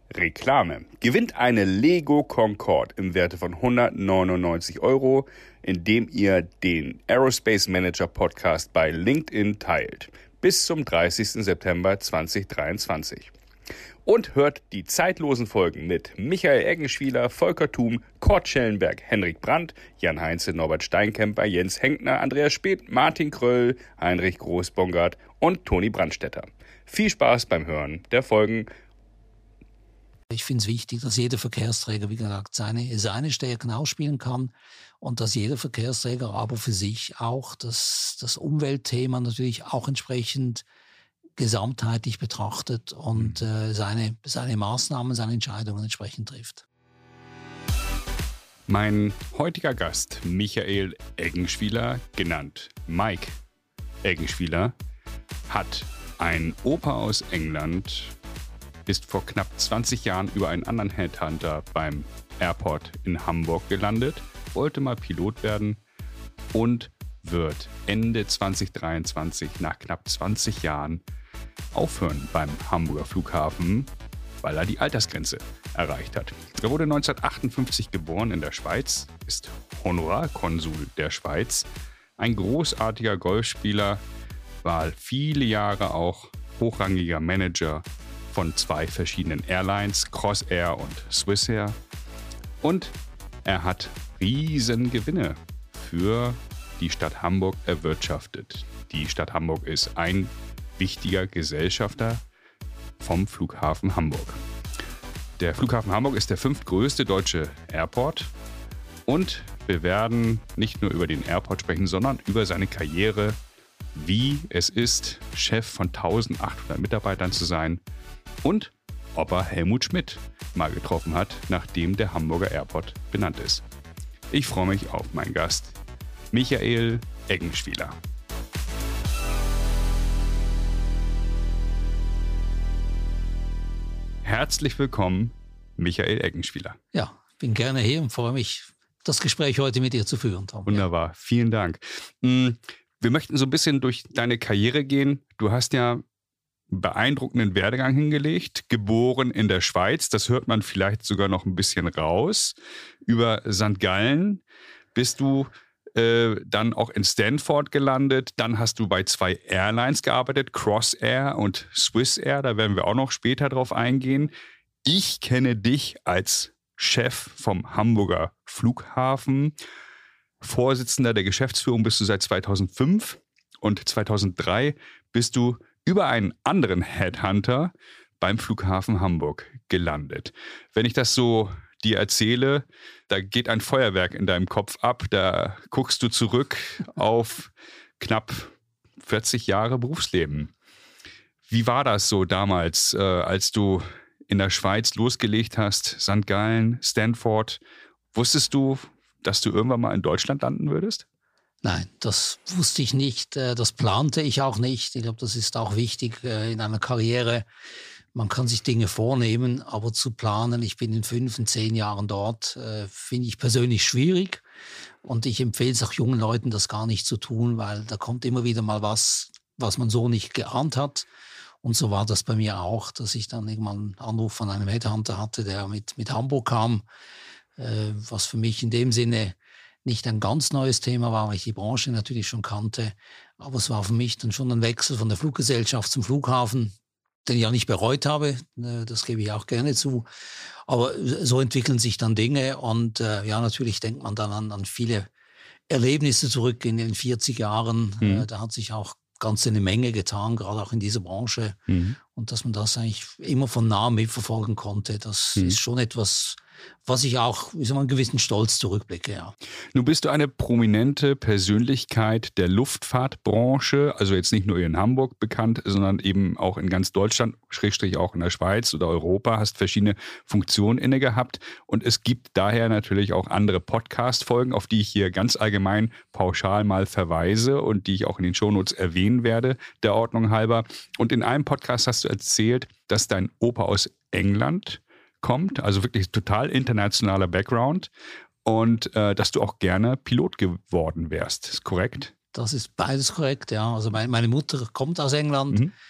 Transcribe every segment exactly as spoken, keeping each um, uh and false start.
Reklame. Gewinnt eine Lego Concorde im Werte von hundertneunundneunzig Euro, indem ihr den Aerospace Manager Podcast bei LinkedIn teilt. Bis zum dreißigsten September zweitausenddreiundzwanzig. Und hört die zeitlosen Folgen mit Michael Eggenschwieler, Volker Thum, Kurt Schellenberg, Henrik Brandt, Jan Heinze, Norbert Steinkemper, Jens Henkner, Andreas Speth, Martin Kröll, Heinrich Groß-Bongard und Toni Brandstätter. Viel Spaß beim Hören der Folgen. Ich finde es wichtig, dass jeder Verkehrsträger, wie gesagt, seine, seine Stärken ausspielen kann und dass jeder Verkehrsträger aber für sich auch das, das Umweltthema natürlich auch entsprechend gesamtheitlich betrachtet und äh, seine, seine Maßnahmen, seine Entscheidungen entsprechend trifft. Mein heutiger Gast, Michael Eggenschwieler, genannt Mike Eggenschwieler, hat einen Opa aus England, ist vor knapp zwanzig Jahren über einen anderen Headhunter beim Airport in Hamburg gelandet, wollte mal Pilot werden und wird Ende zweitausenddreiundzwanzig nach knapp zwanzig Jahren aufhören beim Hamburger Flughafen, weil er die Altersgrenze erreicht hat. Er wurde neunzehnhundertachtundfünfzig geboren in der Schweiz, ist Honorarkonsul der Schweiz, ein großartiger Golfspieler, war viele Jahre auch hochrangiger Manager von zwei verschiedenen Airlines, Crossair und Swissair. Und er hat riesen Gewinne für die Stadt Hamburg erwirtschaftet. Die Stadt Hamburg ist ein wichtiger Gesellschafter vom Flughafen Hamburg. Der Flughafen Hamburg ist der fünftgrößte deutsche Airport und wir werden nicht nur über den Airport sprechen, sondern über seine Karriere, wie es ist, Chef von eintausendachthundert Mitarbeitern zu sein und ob er Helmut Schmidt mal getroffen hat, nachdem der Hamburger Airport benannt ist. Ich freue mich auf meinen Gast, Michael Eggenschwieler. Herzlich willkommen, Michael Eggenschwieler. Ja, bin gerne hier und freue mich, das Gespräch heute mit dir zu führen, Tom. Wunderbar, ja. Vielen Dank. Wir möchten so ein bisschen durch deine Karriere gehen. Du hast ja einen beeindruckenden Werdegang hingelegt, geboren in der Schweiz, das hört man vielleicht sogar noch ein bisschen raus. Über Sankt Gallen bist du äh, dann auch in Stanford gelandet. Dann hast du bei zwei Airlines gearbeitet, Crossair und Swissair. Da werden wir auch noch später drauf eingehen. Ich kenne dich als Chef vom Hamburger Flughafen. Vorsitzender der Geschäftsführung bist du seit zweitausendfünf und zweitausenddrei bist du über einen anderen Headhunter beim Flughafen Hamburg gelandet. Wenn ich das so dir erzähle, da geht ein Feuerwerk in deinem Kopf ab, da guckst du zurück auf knapp vierzig Jahre Berufsleben. Wie war das so damals, äh, als du in der Schweiz losgelegt hast, Sankt Gallen, Stanford? Wusstest du, dass du irgendwann mal in Deutschland landen würdest? Nein, das wusste ich nicht. Das plante ich auch nicht. Ich glaube, das ist auch wichtig in einer Karriere. Man kann sich Dinge vornehmen, aber zu planen, ich bin in fünf, in zehn Jahren dort, finde ich persönlich schwierig. Und ich empfehle es auch jungen Leuten, das gar nicht zu tun, weil da kommt immer wieder mal was, was man so nicht geahnt hat. Und so war das bei mir auch, dass ich dann irgendwann einen Anruf von einem Headhunter hatte, der mit, mit Hamburg kam, was für mich in dem Sinne nicht ein ganz neues Thema war, weil ich die Branche natürlich schon kannte. Aber es war für mich dann schon ein Wechsel von der Fluggesellschaft zum Flughafen, den ich auch nicht bereut habe. Das gebe ich auch gerne zu. Aber so entwickeln sich dann Dinge. Und äh, ja, natürlich denkt man dann an, an viele Erlebnisse zurück in den vierzig Jahren. Mhm. Äh, da hat sich auch ganz eine Menge getan, gerade auch in dieser Branche. Mhm. Und dass man das eigentlich immer von nah mitverfolgen konnte, das mhm. ist schon etwas, was ich auch, wie soll man, einen gewissen Stolz zurückblicke, ja. Nun bist du eine prominente Persönlichkeit der Luftfahrtbranche, also jetzt nicht nur in Hamburg bekannt, sondern eben auch in ganz Deutschland, Schrägstrich auch in der Schweiz oder Europa, hast verschiedene Funktionen inne gehabt und es gibt daher natürlich auch andere Podcast-Folgen, auf die ich hier ganz allgemein pauschal mal verweise und die ich auch in den Shownotes erwähnen werde, der Ordnung halber. Und in einem Podcast hast du erzählt, dass dein Opa aus England kommt, also wirklich total internationaler Background und äh, dass du auch gerne Pilot geworden wärst. Ist korrekt? Das ist beides korrekt, ja. Also meine, meine Mutter kommt aus England. Mhm.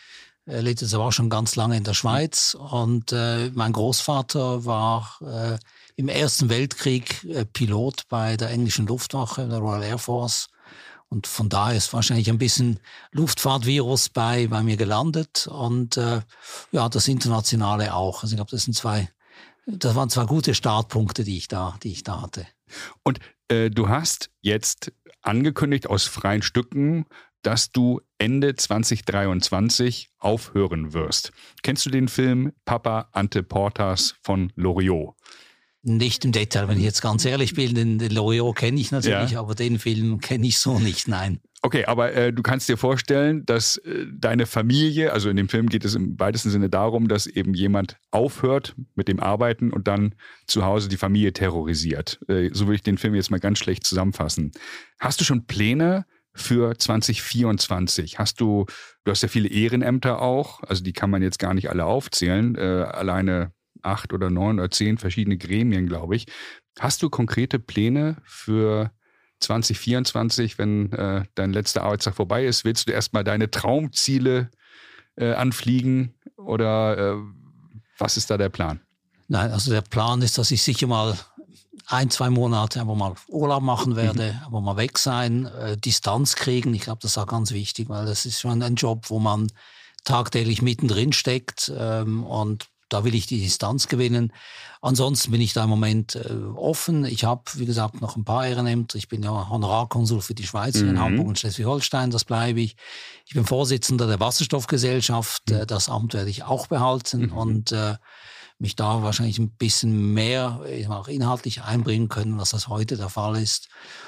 Er lebte aber auch schon ganz lange in der Schweiz. Und äh, mein Großvater war äh, im Ersten Weltkrieg äh, Pilot bei der englischen Luftwaffe, der Royal Air Force. Und von daher ist wahrscheinlich ein bisschen Luftfahrtvirus bei, bei mir gelandet. Und äh, ja, das Internationale auch. Also ich glaube, das sind zwei, das waren zwei gute Startpunkte, die ich da, die ich da hatte. Und äh, du hast jetzt angekündigt aus freien Stücken, dass du Ende zwanzig dreiundzwanzig aufhören wirst. Kennst du den Film Papa Ante Portas von Loriot? Nicht im Detail, wenn ich jetzt ganz ehrlich bin. Den, den Loriot kenne ich natürlich, ja. aber den Film kenne ich so nicht, nein. Okay, aber äh, du kannst dir vorstellen, dass äh, deine Familie, also in dem Film geht es im weitesten Sinne darum, dass eben jemand aufhört mit dem Arbeiten und dann zu Hause die Familie terrorisiert. Äh, so würde ich den Film jetzt mal ganz schlecht zusammenfassen. Hast du schon Pläne für zwanzig vierundzwanzig? Hast du, du hast ja viele Ehrenämter auch, also die kann man jetzt gar nicht alle aufzählen, äh, alleine acht oder neun oder zehn verschiedene Gremien, glaube ich. Hast du konkrete Pläne für zwanzig vierundzwanzig, wenn äh, dein letzter Arbeitstag vorbei ist? Willst du erstmal deine Traumziele äh, anfliegen oder äh, was ist da der Plan? Nein, also der Plan ist, dass ich sicher mal ein, zwei Monate einfach mal Urlaub machen werde, mhm. aber mal weg sein, äh, Distanz kriegen. Ich glaube, das ist auch ganz wichtig, weil das ist schon ein Job, wo man tagtäglich mittendrin steckt ähm, und da will ich die Distanz gewinnen. Ansonsten bin ich da im Moment äh, offen. Ich habe, wie gesagt, noch ein paar Ehrenämter. Ich bin ja Honorarkonsul für die Schweiz mhm. in Hamburg und Schleswig-Holstein, das bleibe ich. Ich bin Vorsitzender der Wasserstoffgesellschaft. Mhm. Äh, das Amt werde ich auch behalten mhm. und äh, mich da wahrscheinlich ein bisschen mehr auch inhaltlich einbringen können, als das heute der Fall ist.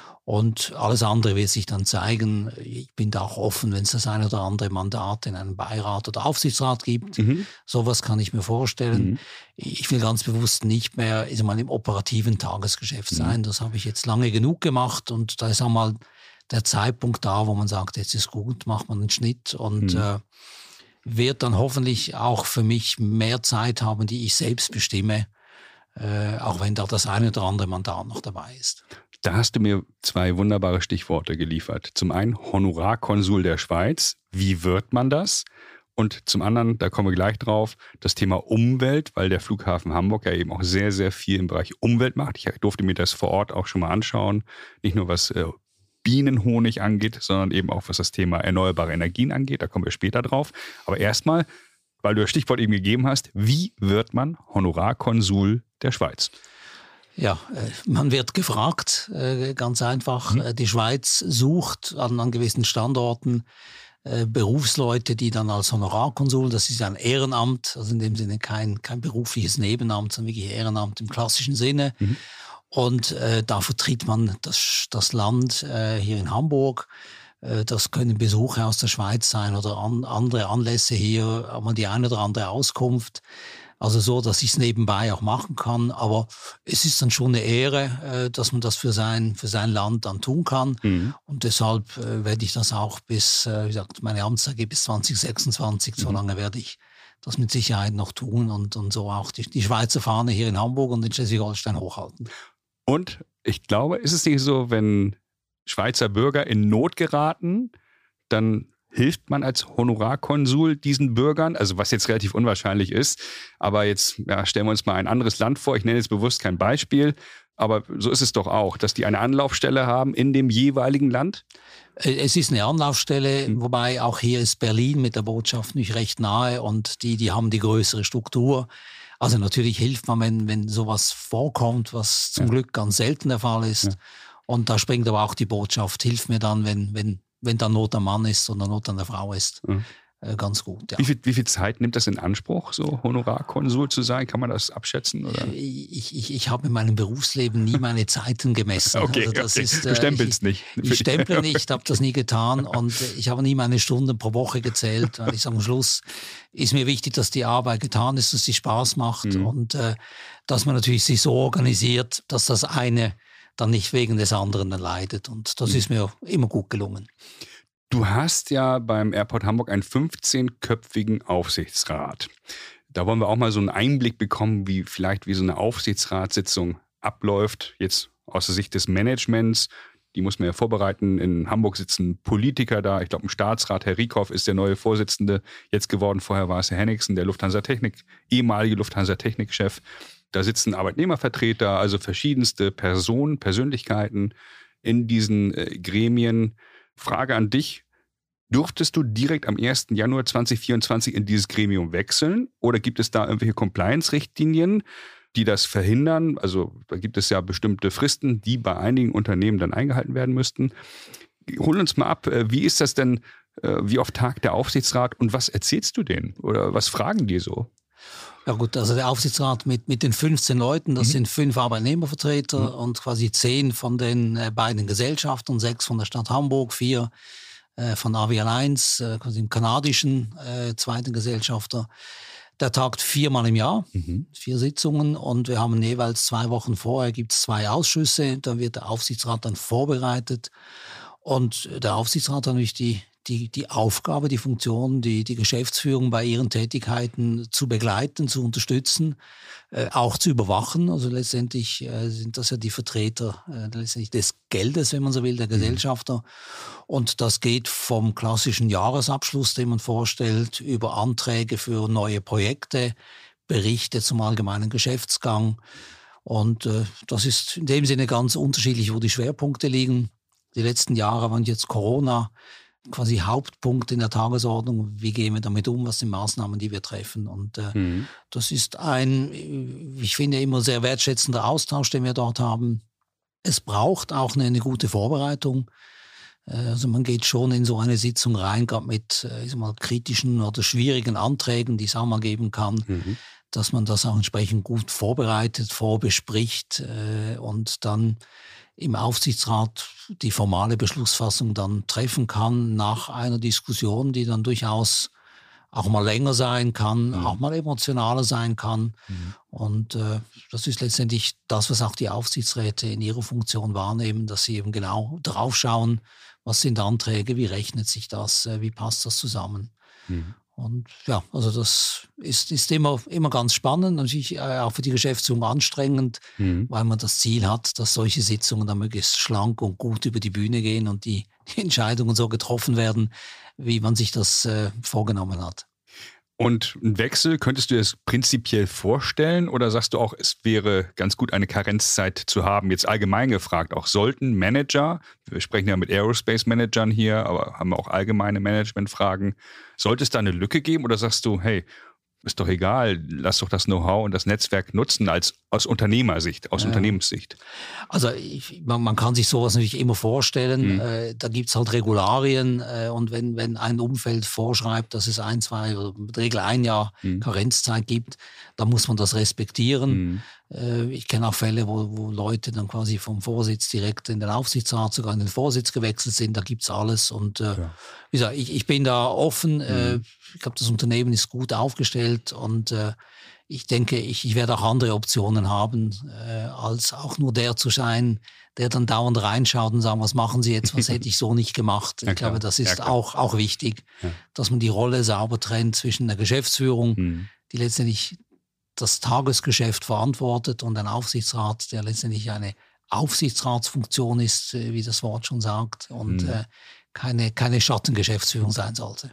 Und alles andere wird sich dann zeigen. Ich bin da auch offen, wenn es das ein oder andere Mandat in einem Beirat oder Aufsichtsrat gibt. Mhm. Sowas kann ich mir vorstellen. Mhm. Ich will ganz bewusst nicht mehr ich sag mal, im operativen Tagesgeschäft sein. Mhm. Das habe ich jetzt lange genug gemacht. Und da ist auch mal der Zeitpunkt da, wo man sagt, jetzt ist gut, macht man einen Schnitt und mhm. äh, wird dann hoffentlich auch für mich mehr Zeit haben, die ich selbst bestimme, äh, auch wenn da das eine oder andere Mandat noch dabei ist. Da hast du mir zwei wunderbare Stichworte geliefert. Zum einen Honorarkonsul der Schweiz. Wie wird man das? Und zum anderen, da kommen wir gleich drauf, das Thema Umwelt, weil der Flughafen Hamburg ja eben auch sehr, sehr viel im Bereich Umwelt macht. Ich durfte mir das vor Ort auch schon mal anschauen. Nicht nur was äh, Bienenhonig angeht, sondern eben auch was das Thema erneuerbare Energien angeht. Da kommen wir später drauf. Aber erstmal, weil du das Stichwort eben gegeben hast, wie wird man Honorarkonsul der Schweiz? Ja, man wird gefragt, ganz einfach. Mhm. Die Schweiz sucht an, an gewissen Standorten äh, Berufsleute, die dann als Honorarkonsul, das ist ein Ehrenamt, also in dem Sinne kein, kein berufliches Nebenamt, sondern wirklich Ehrenamt im klassischen Sinne. Mhm. Und äh, da vertritt man das, das Land äh, hier in Hamburg. Äh, das können Besuche aus der Schweiz sein oder an, andere Anlässe hier, aber die eine oder andere Auskunft. Also so, dass ich es nebenbei auch machen kann. Aber es ist dann schon eine Ehre, äh, dass man das für sein, für sein Land dann tun kann. Mhm. Und deshalb äh, werde ich das auch bis, äh, wie gesagt, meine Amtszeit geht bis zwanzig sechsundzwanzig. Mhm. So lange werde ich das mit Sicherheit noch tun und, und so auch die, die Schweizer Fahne hier in Hamburg und in Schleswig-Holstein hochhalten. Und ich glaube, ist es nicht so, wenn Schweizer Bürger in Not geraten, dann hilft man als Honorarkonsul diesen Bürgern, also was jetzt relativ unwahrscheinlich ist, aber jetzt ja, stellen wir uns mal ein anderes Land vor, ich nenne jetzt bewusst kein Beispiel, aber so ist es doch auch, dass die eine Anlaufstelle haben in dem jeweiligen Land? Es ist eine Anlaufstelle, hm. wobei auch hier ist Berlin mit der Botschaft nicht recht nahe und die, die haben die größere Struktur. Also natürlich hilft man, wenn, wenn sowas vorkommt, was zum ja. Glück ganz selten der Fall ist. Ja. Und da springt aber auch die Botschaft, hilft mir dann, wenn, wenn wenn da Not am Mann ist oder Not an der Frau ist, mhm. äh, ganz gut. Ja. Wie viel, wie viel Zeit nimmt das in Anspruch, so Honorarkonsul zu sein? Kann man das abschätzen? Oder? Ich, ich, ich habe in meinem Berufsleben nie meine Zeiten gemessen. Okay, also das okay. Ist, äh, du stempelst ich, nicht. Ich stemple nicht, habe das nie getan und ich habe nie meine Stunden pro Woche gezählt, weil ich sage, am Schluss ist mir wichtig, dass die Arbeit getan ist, dass sie Spaß macht mhm. und äh, dass man natürlich sich so organisiert, dass das eine dann nicht wegen des anderen leidet. Und das ist mir immer gut gelungen. Du hast ja beim Airport Hamburg einen fünfzehnköpfigen Aufsichtsrat. Da wollen wir auch mal so einen Einblick bekommen, wie vielleicht wie so eine Aufsichtsratssitzung abläuft, jetzt aus der Sicht des Managements. Die muss man ja vorbereiten. In Hamburg sitzen Politiker da. Ich glaube, ein Staatsrat, Herr Rieckhoff, ist der neue Vorsitzende jetzt geworden. Vorher war es Herr Henningsen, der Lufthansa-Technik, ehemalige Lufthansa-Technik-Chef. Da sitzen Arbeitnehmervertreter, also verschiedenste Personen, Persönlichkeiten in diesen äh, Gremien. Frage an dich. Durftest du direkt am ersten Januar zweitausendvierundzwanzig in dieses Gremium wechseln? Oder gibt es da irgendwelche Compliance-Richtlinien, die das verhindern? Also da gibt es ja bestimmte Fristen, die bei einigen Unternehmen dann eingehalten werden müssten. Hol uns mal ab, wie ist das denn, wie oft tagt der Aufsichtsrat und was erzählst du denen? Oder was fragen die so? Ja gut, also der Aufsichtsrat mit, mit den fünfzehn Leuten, das mhm. sind fünf Arbeitnehmervertreter mhm. und quasi zehn von den äh, beiden Gesellschaftern, sechs von der Stadt Hamburg, vier äh, von Avian eins, äh, quasi dem kanadischen äh, zweiten Gesellschafter. Der tagt viermal im Jahr, mhm. vier Sitzungen und wir haben jeweils zwei Wochen vorher, gibt es zwei Ausschüsse, da wird der Aufsichtsrat dann vorbereitet und der Aufsichtsrat hat natürlich die, die, die Aufgabe, die Funktion, die, die Geschäftsführung bei ihren Tätigkeiten zu begleiten, zu unterstützen, äh, auch zu überwachen. Also letztendlich äh, sind das ja die Vertreter äh, letztendlich des Geldes, wenn man so will, der Gesellschafter. Und das geht vom klassischen Jahresabschluss, den man vorstellt, über Anträge für neue Projekte, Berichte zum allgemeinen Geschäftsgang. Und äh, das ist in dem Sinne ganz unterschiedlich, wo die Schwerpunkte liegen. Die letzten Jahre waren jetzt Corona quasi Hauptpunkt in der Tagesordnung. Wie gehen wir damit um? Was sind Maßnahmen, die wir treffen? Und äh, mhm. das ist ein, ich finde, immer sehr wertschätzender Austausch, den wir dort haben. Es braucht auch eine, eine gute Vorbereitung. Also man geht schon in so eine Sitzung rein, gerade mit ich sag mal, kritischen oder schwierigen Anträgen, die es auch mal geben kann, mhm. dass man das auch entsprechend gut vorbereitet, vorbespricht äh, und dann im Aufsichtsrat die formale Beschlussfassung dann treffen kann nach einer Diskussion, die dann durchaus auch mal länger sein kann, mhm. auch mal emotionaler sein kann. Mhm. Und äh, das ist letztendlich das, was auch die Aufsichtsräte in ihrer Funktion wahrnehmen, dass sie eben genau drauf schauen, was sind Anträge, wie rechnet sich das, äh, wie passt das zusammen. Mhm. Und ja, also das ist, ist immer, immer ganz spannend, natürlich äh, auch für die Geschäftsführung anstrengend, mhm. weil man das Ziel hat, dass solche Sitzungen dann möglichst schlank und gut über die Bühne gehen und die, die Entscheidungen so getroffen werden, wie man sich das äh, vorgenommen hat. Und einen Wechsel, könntest du dir das prinzipiell vorstellen oder sagst du auch, es wäre ganz gut, eine Karenzzeit zu haben? Jetzt allgemein gefragt, auch sollten Manager, wir sprechen ja mit Aerospace-Managern hier, aber haben auch allgemeine Managementfragen, sollte es da eine Lücke geben oder sagst du, hey, ist doch egal, lass doch das Know-how und das Netzwerk nutzen als aus Unternehmersicht, aus ja. Unternehmenssicht. Also ich, man, man kann sich sowas natürlich immer vorstellen. Mhm. Äh, da gibt es halt Regularien äh, und wenn, wenn ein Umfeld vorschreibt, dass es ein, zwei oder mit Regel ein Jahr mhm. Karenzzeit gibt, dann muss man das respektieren. Mhm. Äh, ich kenne auch Fälle, wo, wo Leute dann quasi vom Vorsitz direkt in den Aufsichtsrat, sogar in den Vorsitz gewechselt sind. Da gibt es alles und äh, ja. wie gesagt, ich, ich bin da offen. Mhm. Äh, ich glaube, das Unternehmen ist gut aufgestellt und äh, ich denke, ich, ich werde auch andere Optionen haben, äh, als auch nur der zu sein, der dann dauernd reinschaut und sagt, was machen Sie jetzt, was hätte ich so nicht gemacht. Ich ja, glaube, das ist ja, auch, auch wichtig, ja. dass man die Rolle sauber trennt zwischen der Geschäftsführung, mhm. die letztendlich das Tagesgeschäft verantwortet und ein Aufsichtsrat, der letztendlich eine Aufsichtsratsfunktion ist, äh, wie das Wort schon sagt, und mhm. äh, keine, keine Schattengeschäftsführung sein sollte.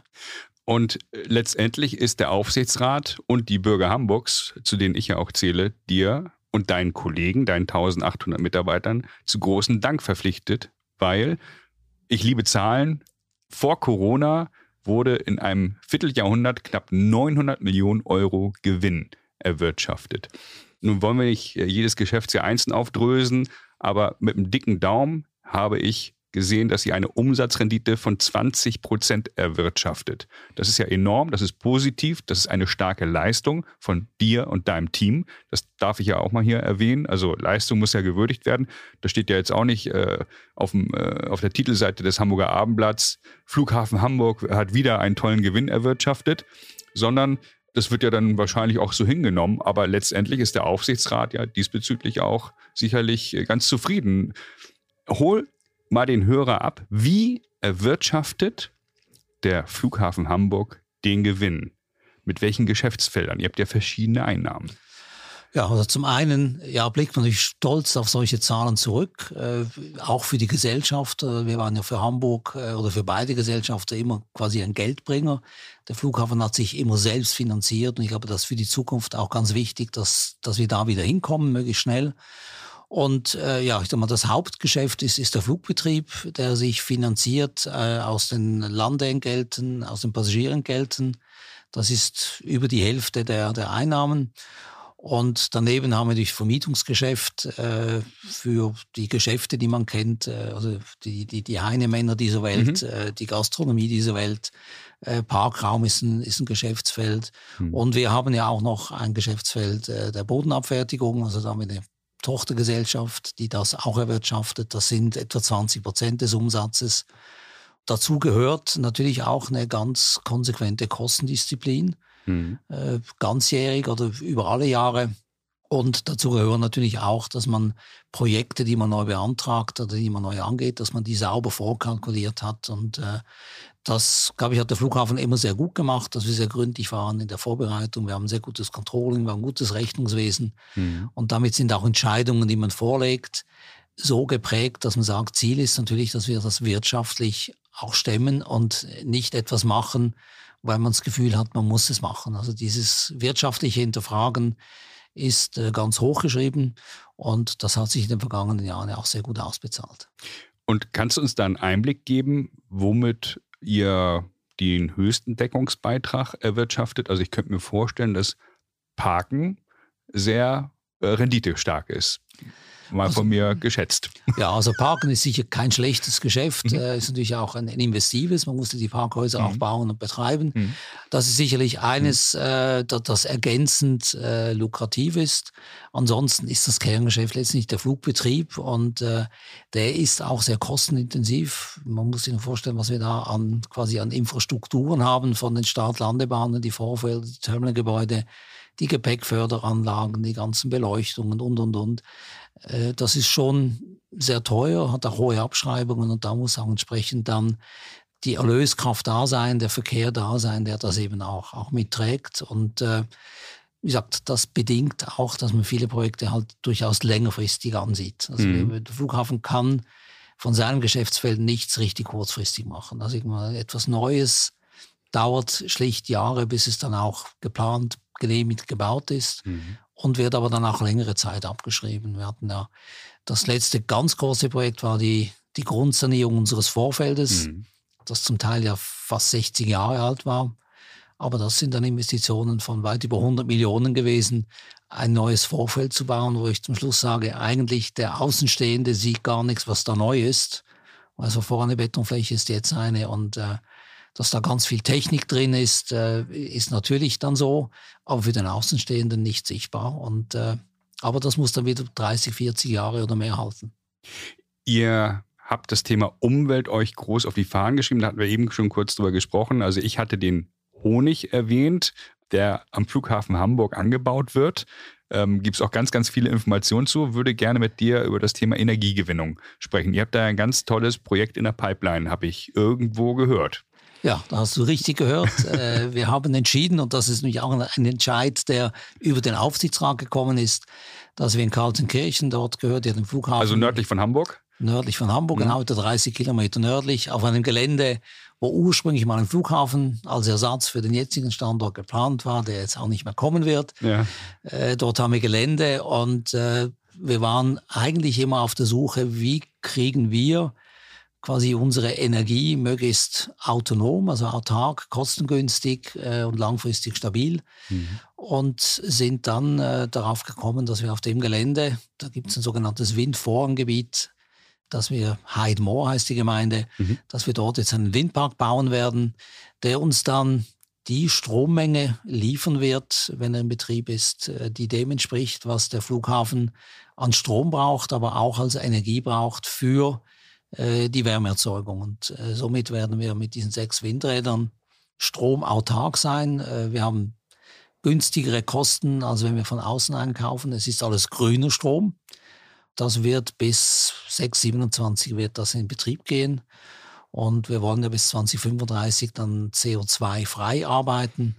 Und letztendlich ist der Aufsichtsrat und die Bürger Hamburgs, zu denen ich ja auch zähle, dir und deinen Kollegen, deinen eintausendachthundert Mitarbeitern, zu großem Dank verpflichtet, weil, ich liebe Zahlen, vor Corona wurde in einem Vierteljahrhundert knapp neunhundert Millionen Euro Gewinn erwirtschaftet. Nun wollen wir nicht jedes Geschäftsjahr einzeln aufdrösen, aber mit einem dicken Daumen habe ich gesehen, dass sie eine Umsatzrendite von zwanzig Prozent erwirtschaftet. Das ist ja enorm, das ist positiv, das ist eine starke Leistung von dir und deinem Team. Das darf ich ja auch mal hier erwähnen. Also Leistung muss ja gewürdigt werden. Das steht ja jetzt auch nicht äh, auf, dem, äh, auf der Titelseite des Hamburger Abendblatts. Flughafen Hamburg hat wieder einen tollen Gewinn erwirtschaftet, sondern das wird ja dann wahrscheinlich auch so hingenommen. Aber letztendlich ist der Aufsichtsrat ja diesbezüglich auch sicherlich ganz zufrieden. Hol mal den Hörer ab, wie erwirtschaftet der Flughafen Hamburg den Gewinn? Mit welchen Geschäftsfeldern? Ihr habt ja verschiedene Einnahmen. Ja, also zum einen ja, blickt man natürlich stolz auf solche Zahlen zurück, äh, auch für die Gesellschaft. Äh, Wir waren ja für Hamburg äh, oder für beide Gesellschaften immer quasi ein Geldbringer. Der Flughafen hat sich immer selbst finanziert und ich glaube, das ist für die Zukunft auch ganz wichtig, dass, dass wir da wieder hinkommen, möglichst schnell. Und äh, ja, ich sag mal, das Hauptgeschäft ist, ist der Flugbetrieb, der sich finanziert äh, aus den Landeentgelten, aus den Passagierentgelten. Das ist über die Hälfte der, der Einnahmen. Und daneben haben wir natürlich Vermietungsgeschäft äh, für die Geschäfte, die man kennt, äh, also die, die, die Heinemänner dieser Welt, mhm. äh, die Gastronomie dieser Welt. Äh, Parkraum ist ein, ist ein Geschäftsfeld. Mhm. Und wir haben ja auch noch ein Geschäftsfeld äh, der Bodenabfertigung, also da haben wir eine Tochtergesellschaft, die das auch erwirtschaftet. Das sind etwa zwanzig Prozent des Umsatzes. Dazu gehört natürlich auch eine ganz konsequente Kostendisziplin. Mhm. Äh, ganzjährig oder über alle Jahre. Und dazu gehören natürlich auch, dass man Projekte, die man neu beantragt oder die man neu angeht, dass man die sauber vorkalkuliert hat. Und äh, das, glaube ich, hat der Flughafen immer sehr gut gemacht, dass wir sehr gründlich waren in der Vorbereitung. Wir haben ein sehr gutes Controlling, wir haben ein gutes Rechnungswesen. Mhm. Und damit sind auch Entscheidungen, die man vorlegt, so geprägt, dass man sagt, Ziel ist natürlich, dass wir das wirtschaftlich auch stemmen und nicht etwas machen, weil man das Gefühl hat, man muss es machen. Also dieses wirtschaftliche Hinterfragen ist äh, ganz hochgeschrieben und das hat sich in den vergangenen Jahren auch sehr gut ausbezahlt. Und kannst du uns da einen Einblick geben, womit ihr den höchsten Deckungsbeitrag erwirtschaftet? Also ich könnte mir vorstellen, dass Parken sehr äh, renditestark ist. Mal also, von mir geschätzt. Ja, also Parken ist sicher kein schlechtes Geschäft, mhm. äh, ist natürlich auch ein, ein investives, man musste die Parkhäuser mhm. auch bauen und betreiben. Mhm. Das ist sicherlich eines, mhm. äh, das, das ergänzend äh, lukrativ ist. Ansonsten ist das Kerngeschäft letztlich der Flugbetrieb und äh, der ist auch sehr kostenintensiv. Man muss sich nur vorstellen, was wir da an quasi an Infrastrukturen haben, von den Start-Landebahnen, die Vorfelder, die Terminalgebäude, die Gepäckförderanlagen, die ganzen Beleuchtungen und, und, und. Das ist schon sehr teuer, hat auch hohe Abschreibungen und da muss auch entsprechend dann die Erlöskraft da sein, der Verkehr da sein, der das eben auch, auch mitträgt. Und äh, wie gesagt, das bedingt auch, dass man viele Projekte halt durchaus längerfristig ansieht. Also mhm. der Flughafen kann von seinem Geschäftsfeld nichts richtig kurzfristig machen. Also etwas Neues dauert schlicht Jahre, bis es dann auch geplant, genehmigt, gebaut ist. Mhm. Und wird aber dann auch längere Zeit abgeschrieben. Wir hatten ja das letzte ganz große Projekt war die, die Grundsanierung unseres Vorfeldes, mhm. das zum Teil ja fast sechzig Jahre alt war. Aber das sind dann Investitionen von weit über hundert Millionen gewesen, ein neues Vorfeld zu bauen, wo ich zum Schluss sage, eigentlich der Außenstehende sieht gar nichts, was da neu ist. Also vorne Betonfläche ist jetzt eine und äh, dass da ganz viel Technik drin ist, äh, ist natürlich dann so, aber für den Außenstehenden nicht sichtbar. Und, äh, aber das muss dann wieder dreißig, vierzig Jahre oder mehr halten. Ihr habt das Thema Umwelt euch groß auf die Fahnen geschrieben, da hatten wir eben schon kurz drüber gesprochen. Also ich hatte den Honig erwähnt, der am Flughafen Hamburg angebaut wird. Ähm, gibt es auch ganz, ganz viele Informationen zu. Würde gerne mit dir über das Thema Energiegewinnung sprechen. Ihr habt da ein ganz tolles Projekt in der Pipeline, habe ich irgendwo gehört. Ja, da hast du richtig gehört. äh, wir haben entschieden, und das ist nämlich auch ein Entscheid, der über den Aufsichtsrat gekommen ist, dass wir in Kaltenkirchen, dort gehört ja dem Flughafen. Also nördlich von Hamburg? Nördlich von Hamburg, mhm. genau dreißig Kilometer nördlich, auf einem Gelände, wo ursprünglich mal ein Flughafen als Ersatz für den jetzigen Standort geplant war, der jetzt auch nicht mehr kommen wird. Ja. Äh, dort haben wir Gelände und äh, wir waren eigentlich immer auf der Suche, wie kriegen wir quasi unsere Energie möglichst autonom, also autark, kostengünstig äh, und langfristig stabil. Mhm. Und sind dann äh, darauf gekommen, dass wir auf dem Gelände, da gibt es ein sogenanntes Windforengebiet, dass wir Hyde Moor heißt die Gemeinde, mhm. dass wir dort jetzt einen Windpark bauen werden, der uns dann die Strommenge liefern wird, wenn er in Betrieb ist, die dem entspricht, was der Flughafen an Strom braucht, aber auch als Energie braucht für die Wärmeerzeugung. Und äh, somit werden wir mit diesen sechs Windrädern stromautark sein. Äh, wir haben günstigere Kosten, als wenn wir von außen einkaufen. Es ist alles grüner Strom. Das wird bis sechs siebenundzwanzig wird das in Betrieb gehen. Und wir wollen ja bis zwanzig fünfunddreißig dann C O zwei frei arbeiten.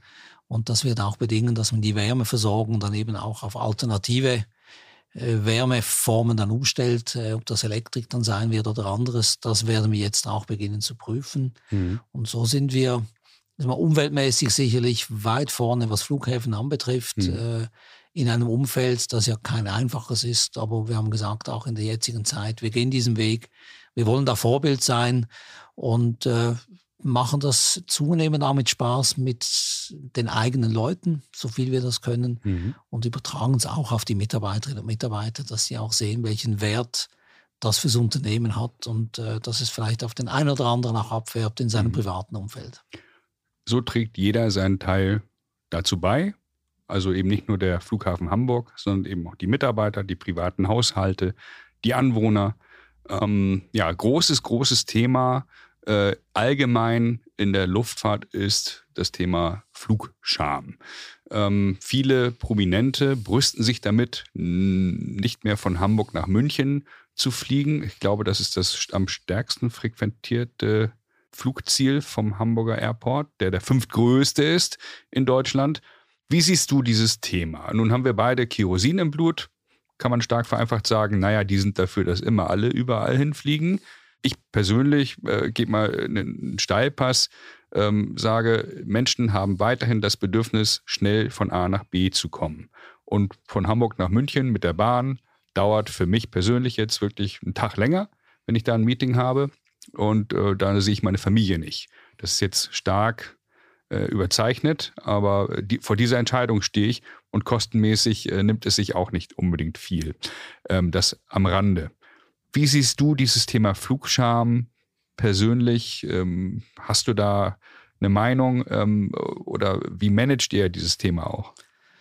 Und das wird auch bedingen, dass man die Wärmeversorgung dann eben auch auf alternative äh, Wärmeformen dann umstellt. Äh, ob das Elektrik dann sein wird oder anderes, das werden wir jetzt auch beginnen zu prüfen. Mhm. Und so sind wir also umweltmäßig sicherlich weit vorne, was Flughäfen anbetrifft. Mhm. Äh, in einem Umfeld, das ja kein einfaches ist. Aber wir haben gesagt, auch in der jetzigen Zeit, wir gehen diesen Weg. Wir wollen da Vorbild sein und äh, machen das zunehmend auch mit Spaß mit den eigenen Leuten, so viel wir das können. Mhm. Und übertragen es auch auf die Mitarbeiterinnen und Mitarbeiter, dass sie auch sehen, welchen Wert das fürs Unternehmen hat und äh, dass es vielleicht auf den einen oder anderen auch abfärbt in seinem mhm. privaten Umfeld. So trägt jeder seinen Teil dazu bei. Also eben nicht nur der Flughafen Hamburg, sondern eben auch die Mitarbeiter, die privaten Haushalte, die Anwohner. Ähm, ja, großes, großes Thema äh, allgemein in der Luftfahrt ist das Thema Flugscham. Ähm, viele Prominente brüsten sich damit, n- nicht mehr von Hamburg nach München zu fliegen. Ich glaube, das ist das am stärksten frequentierte Flugziel vom Hamburger Airport, der der fünftgrößte ist in Deutschland. Wie siehst du dieses Thema? Nun haben wir beide Kerosin im Blut. Kann man stark vereinfacht sagen, naja, die sind dafür, dass immer alle überall hinfliegen. Ich persönlich äh, gebe mal einen Steilpass, ähm, sage, Menschen haben weiterhin das Bedürfnis, schnell von A nach B zu kommen. Und von Hamburg nach München mit der Bahn dauert für mich persönlich jetzt wirklich einen Tag länger, wenn ich da ein Meeting habe. Und äh, da sehe ich meine Familie nicht. Das ist jetzt stark überzeichnet, aber die, vor dieser Entscheidung stehe ich und kostenmäßig äh, nimmt es sich auch nicht unbedingt viel. Ähm, das am Rande. Wie siehst du dieses Thema Flugscham persönlich? Ähm, hast du da eine Meinung ähm, oder wie managt ihr dieses Thema auch?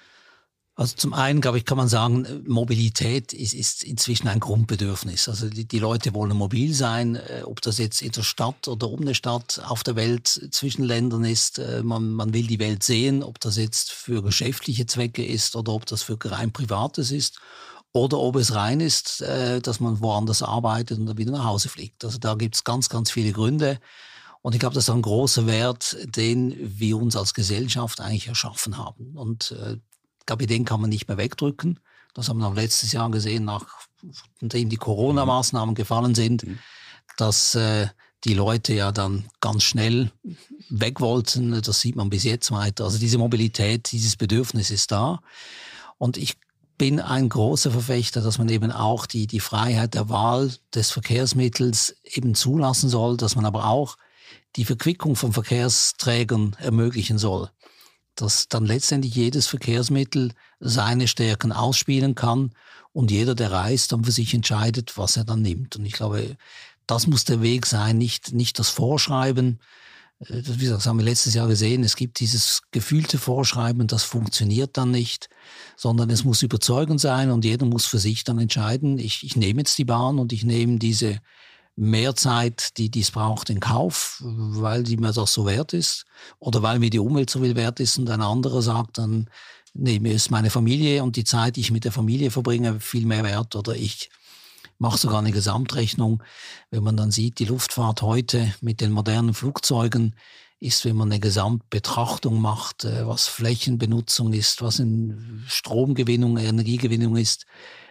Also zum einen, glaube ich, kann man sagen, Mobilität ist, ist inzwischen ein Grundbedürfnis. Also die, die Leute wollen mobil sein, äh, ob das jetzt in der Stadt oder um eine Stadt auf der Welt zwischen Ländern ist. Äh, man, man will die Welt sehen, ob das jetzt für geschäftliche Zwecke ist oder ob das für rein Privates ist oder ob es rein ist, äh, dass man woanders arbeitet und dann wieder nach Hause fliegt. Also da gibt es ganz, ganz viele Gründe. Und ich glaube, das ist ein großer Wert, den wir uns als Gesellschaft eigentlich erschaffen haben. Und äh, Ich glaube, den kann man nicht mehr wegdrücken. Das haben wir auch letztes Jahr gesehen, nachdem die Corona-Maßnahmen gefallen sind, dass äh, die Leute ja dann ganz schnell weg wollten. Das sieht man bis jetzt weiter. Also diese Mobilität, dieses Bedürfnis ist da. Und ich bin ein großer Verfechter, dass man eben auch die, die Freiheit der Wahl des Verkehrsmittels eben zulassen soll, dass man aber auch die Verquickung von Verkehrsträgern ermöglichen soll. Dass dann letztendlich jedes Verkehrsmittel seine Stärken ausspielen kann und jeder, der reist, dann für sich entscheidet, was er dann nimmt. Und ich glaube, das muss der Weg sein, nicht, nicht das Vorschreiben. Wie gesagt, das haben wir letztes Jahr gesehen, es gibt dieses gefühlte Vorschreiben, das funktioniert dann nicht, sondern es muss überzeugend sein und jeder muss für sich dann entscheiden, ich, ich nehme jetzt die Bahn und ich nehme diese mehr Zeit, die dies braucht, in Kauf, weil die mir das so wert ist oder weil mir die Umwelt so viel wert ist und ein anderer sagt dann, nee, mir ist meine Familie und die Zeit, die ich mit der Familie verbringe, viel mehr wert oder ich mache sogar eine Gesamtrechnung. Wenn man dann sieht, die Luftfahrt heute mit den modernen Flugzeugen ist, wenn man eine Gesamtbetrachtung macht, was Flächenbenutzung ist, was in Stromgewinnung, Energiegewinnung ist,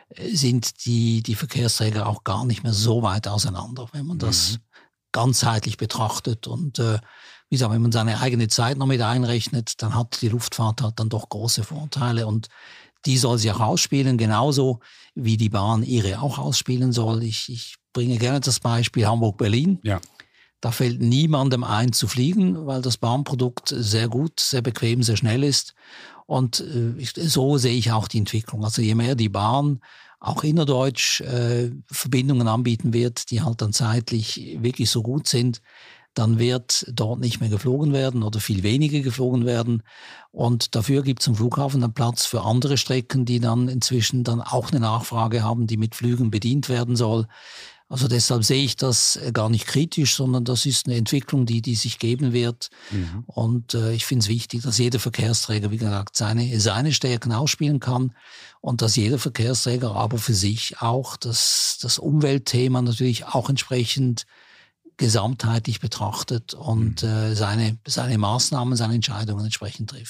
sind die, die Verkehrsträger auch gar nicht mehr so weit auseinander, wenn man das mhm. ganzheitlich betrachtet. Und äh, wie gesagt, wenn man seine eigene Zeit noch mit einrechnet, dann hat die Luftfahrt halt dann doch große Vorteile. Und die soll sie auch ausspielen, genauso wie die Bahn ihre auch ausspielen soll. Ich, ich bringe gerne das Beispiel Hamburg-Berlin. Ja. Da fällt niemandem ein zu fliegen, weil das Bahnprodukt sehr gut, sehr bequem, sehr schnell ist. Und äh, ich, so sehe ich auch die Entwicklung. Also je mehr die Bahn auch innerdeutsch äh, Verbindungen anbieten wird, die halt dann zeitlich wirklich so gut sind, dann wird dort nicht mehr geflogen werden oder viel weniger geflogen werden. Und dafür gibt es am Flughafen dann Platz für andere Strecken, die dann inzwischen dann auch eine Nachfrage haben, die mit Flügen bedient werden soll. Also deshalb sehe ich das gar nicht kritisch, sondern das ist eine Entwicklung, die, die sich geben wird. Mhm. Und äh, ich finde es wichtig, dass jeder Verkehrsträger, wie gesagt, seine, seine Stärken ausspielen kann und dass jeder Verkehrsträger aber für sich auch das, das Umweltthema natürlich auch entsprechend gesamtheitlich betrachtet und mhm. äh, seine, seine Maßnahmen, seine Entscheidungen entsprechend trifft.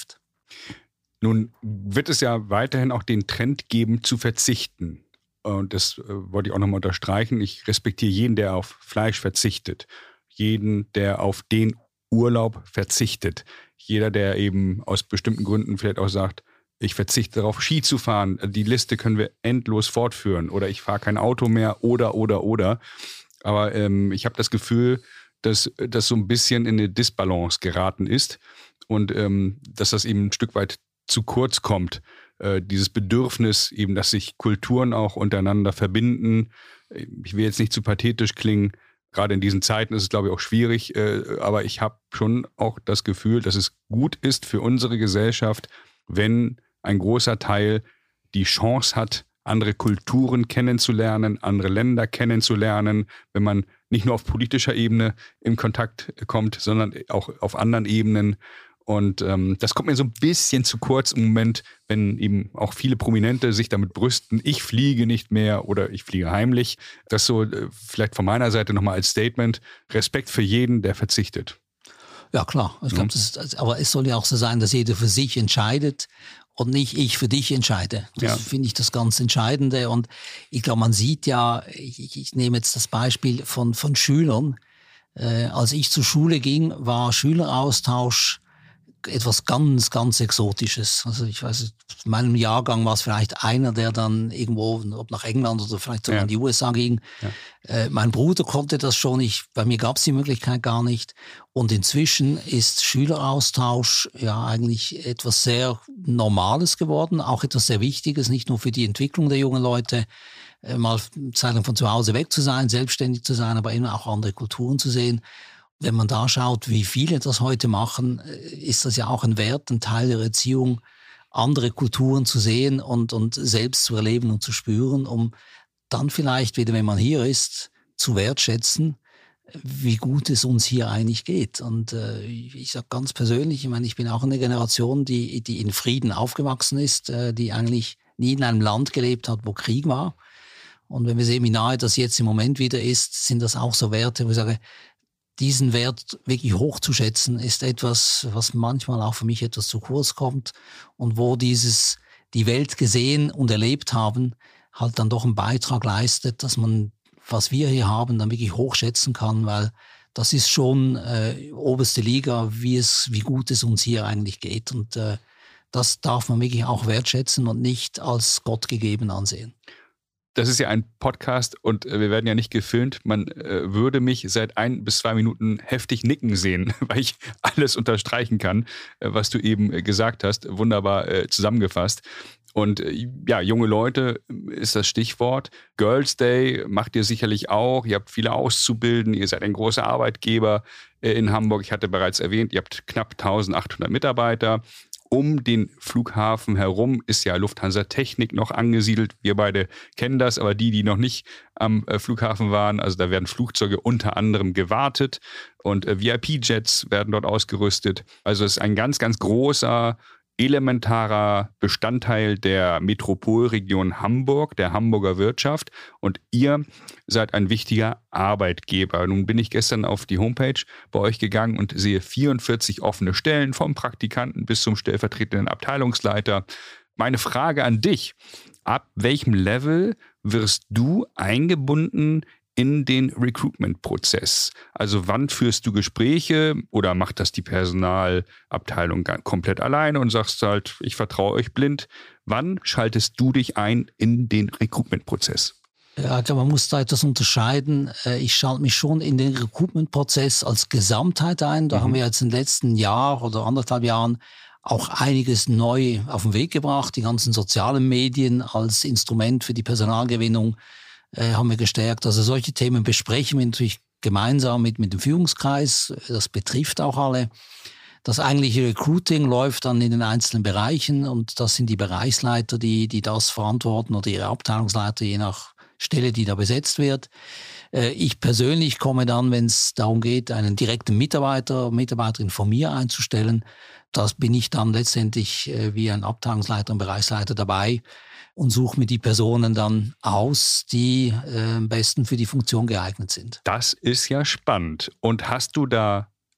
Nun wird es ja weiterhin auch den Trend geben, zu verzichten. Und das äh, wollte ich auch nochmal unterstreichen. Ich respektiere jeden, der auf Fleisch verzichtet. Jeden, der auf den Urlaub verzichtet. Jeder, der eben aus bestimmten Gründen vielleicht auch sagt, ich verzichte darauf, Ski zu fahren. Die Liste können wir endlos fortführen. Oder ich fahre kein Auto mehr oder, oder, oder. Aber ähm, ich habe das Gefühl, dass das so ein bisschen in eine Disbalance geraten ist. Und ähm, dass das eben ein Stück weit zu kurz kommt. Äh, dieses Bedürfnis eben, dass sich Kulturen auch untereinander verbinden. Ich will jetzt nicht zu pathetisch klingen. Gerade in diesen Zeiten ist es, glaube ich, auch schwierig. Äh, aber ich habe schon auch das Gefühl, dass es gut ist für unsere Gesellschaft, wenn ein großer Teil die Chance hat, andere Kulturen kennenzulernen, andere Länder kennenzulernen, wenn man nicht nur auf politischer Ebene in Kontakt kommt, sondern auch auf anderen Ebenen. Und ähm, das kommt mir so ein bisschen zu kurz im Moment, wenn eben auch viele Prominente sich damit brüsten, ich fliege nicht mehr oder ich fliege heimlich. Das so äh, vielleicht von meiner Seite nochmal als Statement. Respekt für jeden, der verzichtet. Ja, klar. Ich glaube, das ist, aber es soll ja auch so sein, dass jeder für sich entscheidet und nicht ich für dich entscheide. Das ja. finde ich das ganz Entscheidende. Und ich glaube, man sieht ja, ich, ich nehme jetzt das Beispiel von, von Schülern. Äh, als ich zur Schule ging, war Schüleraustausch etwas ganz, ganz Exotisches. Also ich weiß, in meinem Jahrgang war es vielleicht einer, der dann irgendwo, ob nach England oder vielleicht sogar ja. in die U S A ging. Ja. Äh, mein Bruder konnte das schon, ich, bei mir gab es die Möglichkeit gar nicht. Und inzwischen ist Schüleraustausch ja eigentlich etwas sehr Normales geworden, auch etwas sehr Wichtiges, nicht nur für die Entwicklung der jungen Leute, äh, mal eine Zeit lang von zu Hause weg zu sein, selbstständig zu sein, aber eben auch andere Kulturen zu sehen. Wenn man da schaut, wie viele das heute machen, ist das ja auch ein Wert, ein Teil der Erziehung, andere Kulturen zu sehen und, und selbst zu erleben und zu spüren, um dann vielleicht wieder, wenn man hier ist, zu wertschätzen, wie gut es uns hier eigentlich geht. Und äh, ich sage ganz persönlich, ich meine, ich bin auch eine Generation, die, die in Frieden aufgewachsen ist, äh, die eigentlich nie in einem Land gelebt hat, wo Krieg war. Und wenn wir sehen, wie nahe das jetzt im Moment wieder ist, sind das auch so Werte, wo ich sage, diesen Wert wirklich hochzuschätzen, ist etwas, was manchmal auch für mich etwas zu kurz kommt und wo dieses, die Welt gesehen und erlebt haben, halt dann doch einen Beitrag leistet, dass man, was wir hier haben, dann wirklich hochschätzen kann, weil das ist schon äh, oberste Liga, wie es, wie gut es uns hier eigentlich geht. Und äh, das darf man wirklich auch wertschätzen und nicht als Gott gegeben ansehen. Das ist ja ein Podcast und wir werden ja nicht gefilmt. Man äh, würde mich seit ein bis zwei Minuten heftig nicken sehen, weil ich alles unterstreichen kann, äh, was du eben äh, gesagt hast. Wunderbar äh, zusammengefasst. Und äh, ja, junge Leute ist das Stichwort. Girls Day macht ihr sicherlich auch. Ihr habt viele Auszubilden. Ihr seid ein großer Arbeitgeber äh, in Hamburg. Ich hatte bereits erwähnt, ihr habt knapp eintausendachthundert Mitarbeiter. Um den Flughafen herum ist ja Lufthansa Technik noch angesiedelt. Wir beide kennen das, aber die, die noch nicht am Flughafen waren, also da werden Flugzeuge unter anderem gewartet und V I P-Jets werden dort ausgerüstet. Also es ist ein ganz, ganz großer, elementarer Bestandteil der Metropolregion Hamburg, der Hamburger Wirtschaft. Und ihr seid ein wichtiger Arbeitgeber. Nun bin ich gestern auf die Homepage bei euch gegangen und sehe vierundvierzig offene Stellen, vom Praktikanten bis zum stellvertretenden Abteilungsleiter. Meine Frage an dich: Ab welchem Level wirst du eingebunden in den Recruitment-Prozess? Also wann führst du Gespräche oder macht das die Personalabteilung komplett alleine und sagst halt, ich vertraue euch blind? Wann schaltest du dich ein in den Recruitment-Prozess? Ja, ich glaube, man muss da etwas unterscheiden. Ich schalte mich schon in den Recruitment-Prozess als Gesamtheit ein. Da mhm. haben wir jetzt in den letzten Jahr oder anderthalb Jahren auch einiges neu auf den Weg gebracht. Die ganzen sozialen Medien als Instrument für die Personalgewinnung Äh, haben wir gestärkt. Also solche Themen besprechen wir natürlich gemeinsam mit, mit dem Führungskreis. Das betrifft auch alle. Das eigentliche Recruiting läuft dann in den einzelnen Bereichen und das sind die Bereichsleiter, die, die das verantworten oder ihre Abteilungsleiter, je nach Stelle, die da besetzt wird. Äh, ich persönlich komme dann, wenn es darum geht, einen direkten Mitarbeiter, Mitarbeiterin von mir einzustellen. Das bin ich dann letztendlich äh, wie ein Abteilungsleiter und Bereichsleiter dabei und suche mir die Personen dann aus, die äh, am besten für die Funktion geeignet sind. Das ist ja spannend. Und hast du da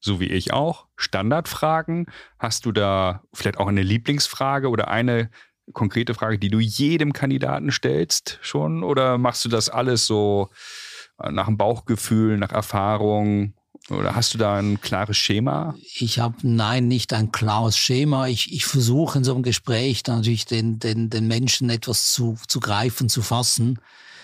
so wie ich auch, Standardfragen. Hast du da vielleicht auch eine Lieblingsfrage oder eine konkrete Frage, die du jedem Kandidaten stellst schon? Oder machst du das alles so nach dem Bauchgefühl, nach Erfahrung? Oder hast du da ein klares Schema? Ich habe, nein, nicht ein klares Schema. Ich, ich versuche in so einem Gespräch dann natürlich den, den, den Menschen etwas zu, zu greifen, zu fassen.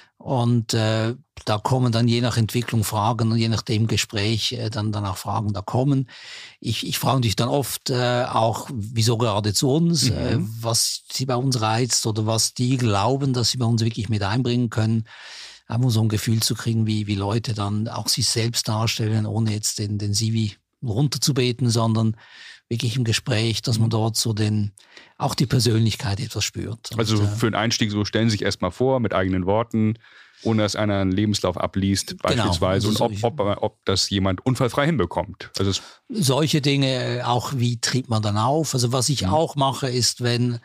Und äh, da kommen dann je nach Entwicklung Fragen und je nach dem Gespräch äh, dann, dann auch Fragen da kommen. Ich, ich frage natürlich dann oft äh, auch, wieso gerade zu uns, mhm. äh, was sie bei uns reizt oder was die glauben, dass sie bei uns wirklich mit einbringen können. Einfach so ein Gefühl zu kriegen, wie, wie Leute dann auch sich selbst darstellen, ohne jetzt den, den C V runterzubeten, sondern wirklich im Gespräch, dass man dort so den, auch die Persönlichkeit etwas spürt. Und, also für den Einstieg so stellen Sie sich erstmal vor mit eigenen Worten, ohne dass einer einen Lebenslauf abliest beispielsweise, genau. Und ob, ob, ob das jemand unfallfrei hinbekommt. Also solche Dinge, auch wie tritt man dann auf. Also was ich mhm. auch mache, ist, wenn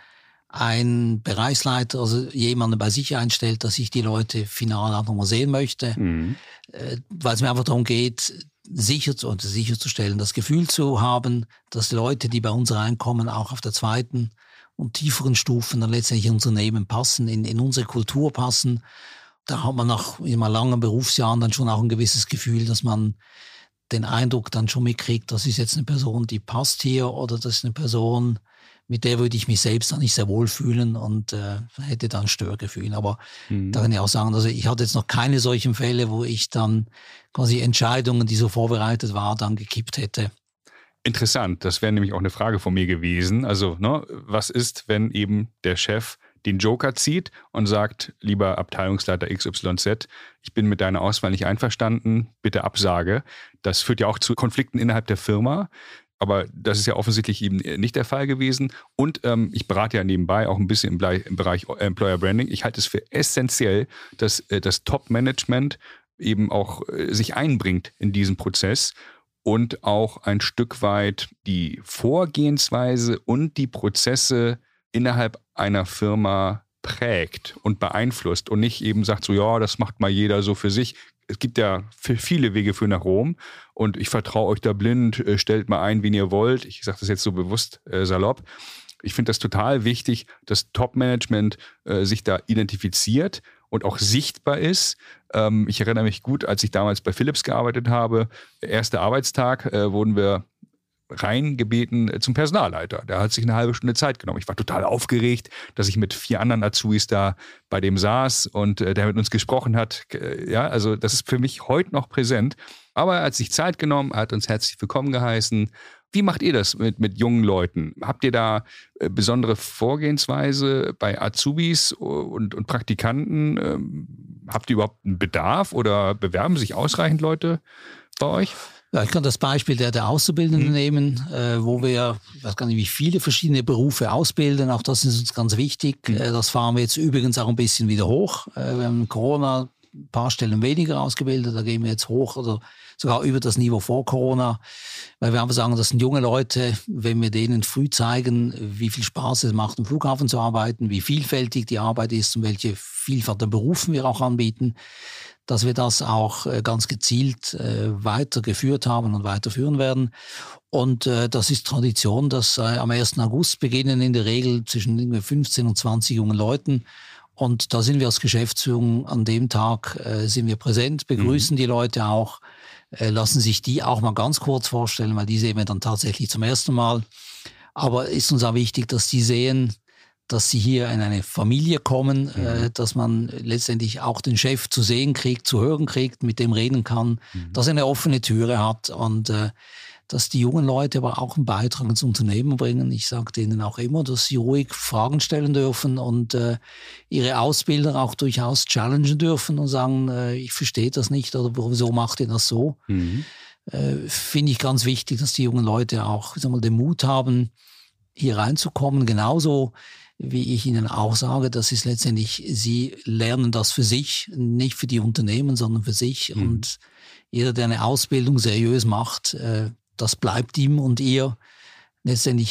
ein Bereichsleiter, also jemanden bei sich einstellt, dass ich die Leute final auch nochmal sehen möchte, mhm. äh, weil es mir einfach darum geht, sicher zu, oder sicherzustellen, das Gefühl zu haben, dass die Leute, die bei uns reinkommen, auch auf der zweiten und tieferen Stufen dann letztendlich in unser Unternehmen passen, in, in unsere Kultur passen. Da hat man nach immer langen Berufsjahren dann schon auch ein gewisses Gefühl, dass man den Eindruck dann schon mitkriegt, das ist jetzt eine Person, die passt hier, oder das ist eine Person, mit der würde ich mich selbst dann nicht sehr wohl fühlen und äh, hätte dann Störgefühl. Aber mhm. da kann ich auch sagen, also ich hatte jetzt noch keine solchen Fälle, wo ich dann quasi Entscheidungen, die so vorbereitet waren, dann gekippt hätte. Interessant, das wäre nämlich auch eine Frage von mir gewesen. Also, ne, was ist, wenn eben der Chef den Joker zieht und sagt, lieber Abteilungsleiter X Y Z, ich bin mit deiner Auswahl nicht einverstanden, bitte Absage. Das führt ja auch zu Konflikten innerhalb der Firma. Aber das ist ja offensichtlich eben nicht der Fall gewesen. Und ähm, ich berate ja nebenbei auch ein bisschen im, Bereich, im Bereich Employer Branding. Ich halte es für essentiell, dass äh, das Top-Management eben auch äh, sich einbringt in diesen Prozess und auch ein Stück weit die Vorgehensweise und die Prozesse innerhalb einer Firma prägt und beeinflusst und nicht eben sagt so, ja, das macht mal jeder so für sich. Es gibt ja viele Wege für nach Rom und ich vertraue euch da blind, stellt mal ein, wen ihr wollt. Ich sage das jetzt so bewusst äh, salopp. Ich finde das total wichtig, dass Top-Management äh, sich da identifiziert und auch sichtbar ist. Ähm, ich erinnere mich gut, als ich damals bei Philips gearbeitet habe, erster Arbeitstag, äh, wurden wir reingebeten zum Personalleiter. Der hat sich eine halbe Stunde Zeit genommen. Ich war total aufgeregt, dass ich mit vier anderen Azubis da bei dem saß und äh, der mit uns gesprochen hat. Ja, also das ist für mich heute noch präsent. Aber er hat sich Zeit genommen, er hat uns herzlich willkommen geheißen. Wie macht ihr das mit, mit jungen Leuten? Habt ihr da äh, besondere Vorgehensweise bei Azubis und, und Praktikanten? Ähm, habt ihr überhaupt einen Bedarf oder bewerben sich ausreichend Leute bei euch? Ja, ich kann das Beispiel der, der Auszubildenden mhm. nehmen, äh, wo wir, ich weiß gar nicht, wie viele verschiedene Berufe ausbilden. Auch das ist uns ganz wichtig. Mhm. Äh, das fahren wir jetzt übrigens auch ein bisschen wieder hoch. Äh, wir haben Corona ein paar Stellen weniger ausgebildet. Da gehen wir jetzt hoch oder sogar über das Niveau vor Corona. Weil wir einfach sagen, das sind junge Leute, wenn wir denen früh zeigen, wie viel Spaß es macht, am Flughafen zu arbeiten, wie vielfältig die Arbeit ist und welche Vielfalt an Berufen wir auch anbieten, dass wir das auch ganz gezielt äh, weitergeführt haben und weiterführen werden. Und äh, das ist Tradition, dass äh, am ersten August beginnen in der Regel zwischen fünfzehn und zwanzig jungen Leuten. Und da sind wir als Geschäftsführung an dem Tag, äh, sind wir präsent, begrüßen mhm. die Leute auch, äh, lassen sich die auch mal ganz kurz vorstellen, weil die sehen wir dann tatsächlich zum ersten Mal. Aber ist uns auch wichtig, dass die sehen, dass sie hier in eine Familie kommen, mhm. äh, dass man letztendlich auch den Chef zu sehen kriegt, zu hören kriegt, mit dem reden kann, mhm. dass er eine offene Türe hat und äh, dass die jungen Leute aber auch einen Beitrag ins Unternehmen bringen. Ich sage denen auch immer, dass sie ruhig Fragen stellen dürfen und äh, ihre Ausbilder auch durchaus challengen dürfen und sagen, äh, ich verstehe das nicht oder wieso macht ihr das so? Mhm. Äh, finde ich ganz wichtig, dass die jungen Leute auch, ich sag mal, den Mut haben, hier reinzukommen. Genauso wie ich Ihnen auch sage, das ist letztendlich, Sie lernen das für sich, nicht für die Unternehmen, sondern für sich. Mhm. Und jeder, der eine Ausbildung seriös macht, äh, das bleibt ihm und ihr. Letztendlich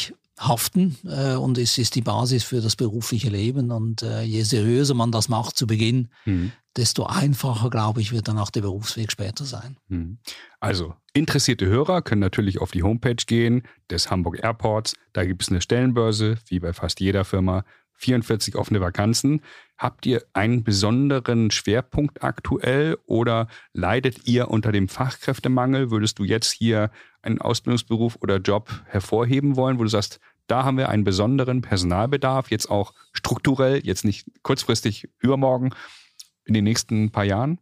haften äh, und es ist die Basis für das berufliche Leben. Und äh, je seriöser man das macht zu Beginn, mhm. desto einfacher, glaube ich, wird dann auch der Berufsweg später sein. Mhm. Also interessierte Hörer können natürlich auf die Homepage gehen des Hamburg Airports. Da gibt es eine Stellenbörse, wie bei fast jeder Firma, vierundvierzig offene Vakanzen. Habt ihr einen besonderen Schwerpunkt aktuell oder leidet ihr unter dem Fachkräftemangel? Würdest du jetzt hier einen Ausbildungsberuf oder Job hervorheben wollen, wo du sagst, da haben wir einen besonderen Personalbedarf, jetzt auch strukturell, jetzt nicht kurzfristig übermorgen, in den nächsten paar Jahren?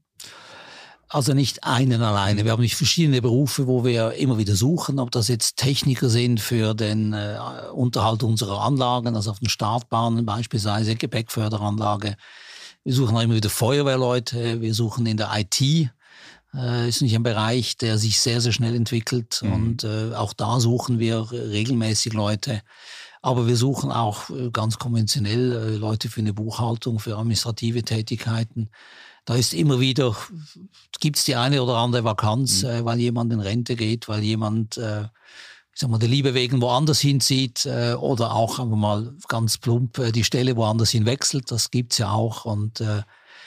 Also nicht einen alleine. Wir haben nicht verschiedene Berufe, wo wir immer wieder suchen, ob das jetzt Techniker sind für den äh, Unterhalt unserer Anlagen, also auf den Startbahnen beispielsweise, Gepäckförderanlage. Wir suchen auch immer wieder Feuerwehrleute, wir suchen in der I T. Äh, ist nicht ein Bereich, der sich sehr, sehr schnell entwickelt mhm. und äh, auch da suchen wir regelmäßig Leute. Aber wir suchen auch äh, ganz konventionell äh, Leute für eine Buchhaltung, für administrative Tätigkeiten. Da ist immer wieder, gibt es die eine oder andere Vakanz, mhm. äh, weil jemand in Rente geht, weil jemand, äh, ich sag mal, der Liebe wegen woanders hinzieht äh, oder auch einfach mal ganz plump äh, die Stelle woanders hin wechselt. Das gibt's ja auch und äh,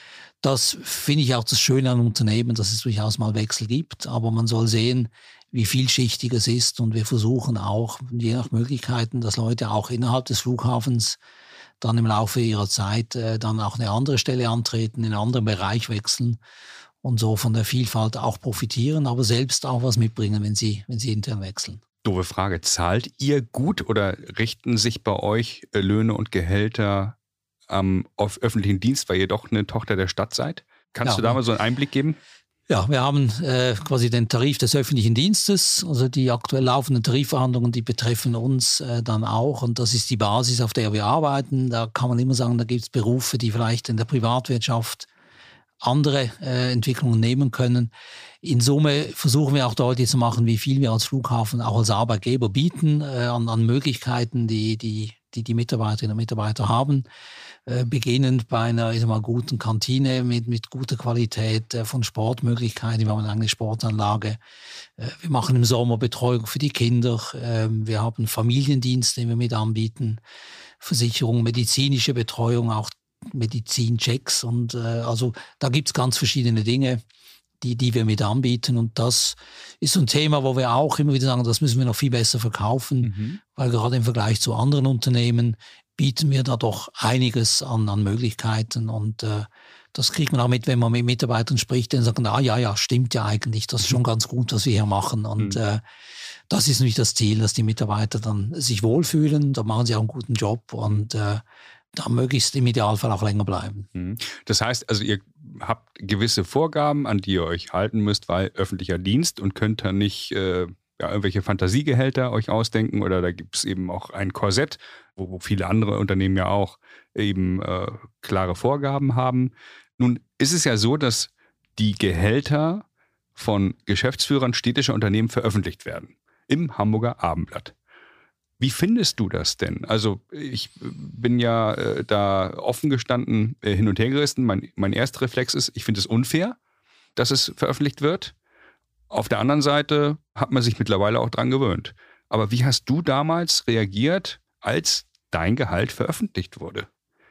das finde ich auch das Schöne an Unternehmen, dass es durchaus mal Wechsel gibt. Aber man soll sehen, wie vielschichtig es ist und wir versuchen auch, je nach Möglichkeiten, dass Leute auch innerhalb des Flughafens dann im Laufe ihrer Zeit äh, dann auch eine andere Stelle antreten, in einen anderen Bereich wechseln und so von der Vielfalt auch profitieren, aber selbst auch was mitbringen, wenn sie, wenn sie intern wechseln. Doofe Frage, zahlt ihr gut oder richten sich bei euch äh, Löhne und Gehälter am auf öffentlichen Dienst, weil ihr doch eine Tochter der Stadt seid? Kannst ja, du da mal so einen Einblick geben? Ja, wir haben äh, quasi den Tarif des öffentlichen Dienstes, also die aktuell laufenden Tarifverhandlungen, die betreffen uns äh, dann auch und das ist die Basis, auf der wir arbeiten. Da kann man immer sagen, da gibt es Berufe, die vielleicht in der Privatwirtschaft andere äh, Entwicklungen nehmen können. In Summe versuchen wir auch deutlich zu machen, wie viel wir als Flughafen auch als Arbeitgeber bieten äh, an, an Möglichkeiten, die die, die die Mitarbeiterinnen und Mitarbeiter haben. Äh, beginnend bei einer ich sag mal, guten Kantine mit, mit guter Qualität äh, von Sportmöglichkeiten. Wir haben eine eigene Sportanlage. Äh, wir machen im Sommer Betreuung für die Kinder. Äh, wir haben Familiendienst, den wir mit anbieten. Versicherung, medizinische Betreuung, auch Medizinchecks. Und äh, also da gibt es ganz verschiedene Dinge, die, die wir mit anbieten. Und das ist so ein Thema, wo wir auch immer wieder sagen, das müssen wir noch viel besser verkaufen, mhm. weil gerade im Vergleich zu anderen Unternehmen bieten wir da doch einiges an, an Möglichkeiten und äh, das kriegt man auch mit, wenn man mit Mitarbeitern spricht, die sagen, ah ja, ja, stimmt ja eigentlich, das ist schon ganz gut, was wir hier machen und mhm. äh, das ist natürlich das Ziel, dass die Mitarbeiter dann sich wohlfühlen, da machen sie auch einen guten Job und äh, da möglichst im Idealfall auch länger bleiben. Mhm. Das heißt also, ihr habt gewisse Vorgaben, an die ihr euch halten müsst, weil öffentlicher Dienst und könnt dann nicht äh, ja, irgendwelche Fantasiegehälter euch ausdenken oder da gibt es eben auch ein Korsett, wo, wo viele andere Unternehmen ja auch eben äh, klare Vorgaben haben. Nun ist es ja so, dass die Gehälter von Geschäftsführern städtischer Unternehmen veröffentlicht werden im Hamburger Abendblatt. Wie findest du das denn? Also ich bin ja äh, da offen gestanden äh, hin und her gerissen. Mein, mein erster Reflex ist, ich finde es unfair, dass es veröffentlicht wird. Auf der anderen Seite hat man sich mittlerweile auch dran gewöhnt. Aber wie hast du damals reagiert, als dein Gehalt veröffentlicht wurde?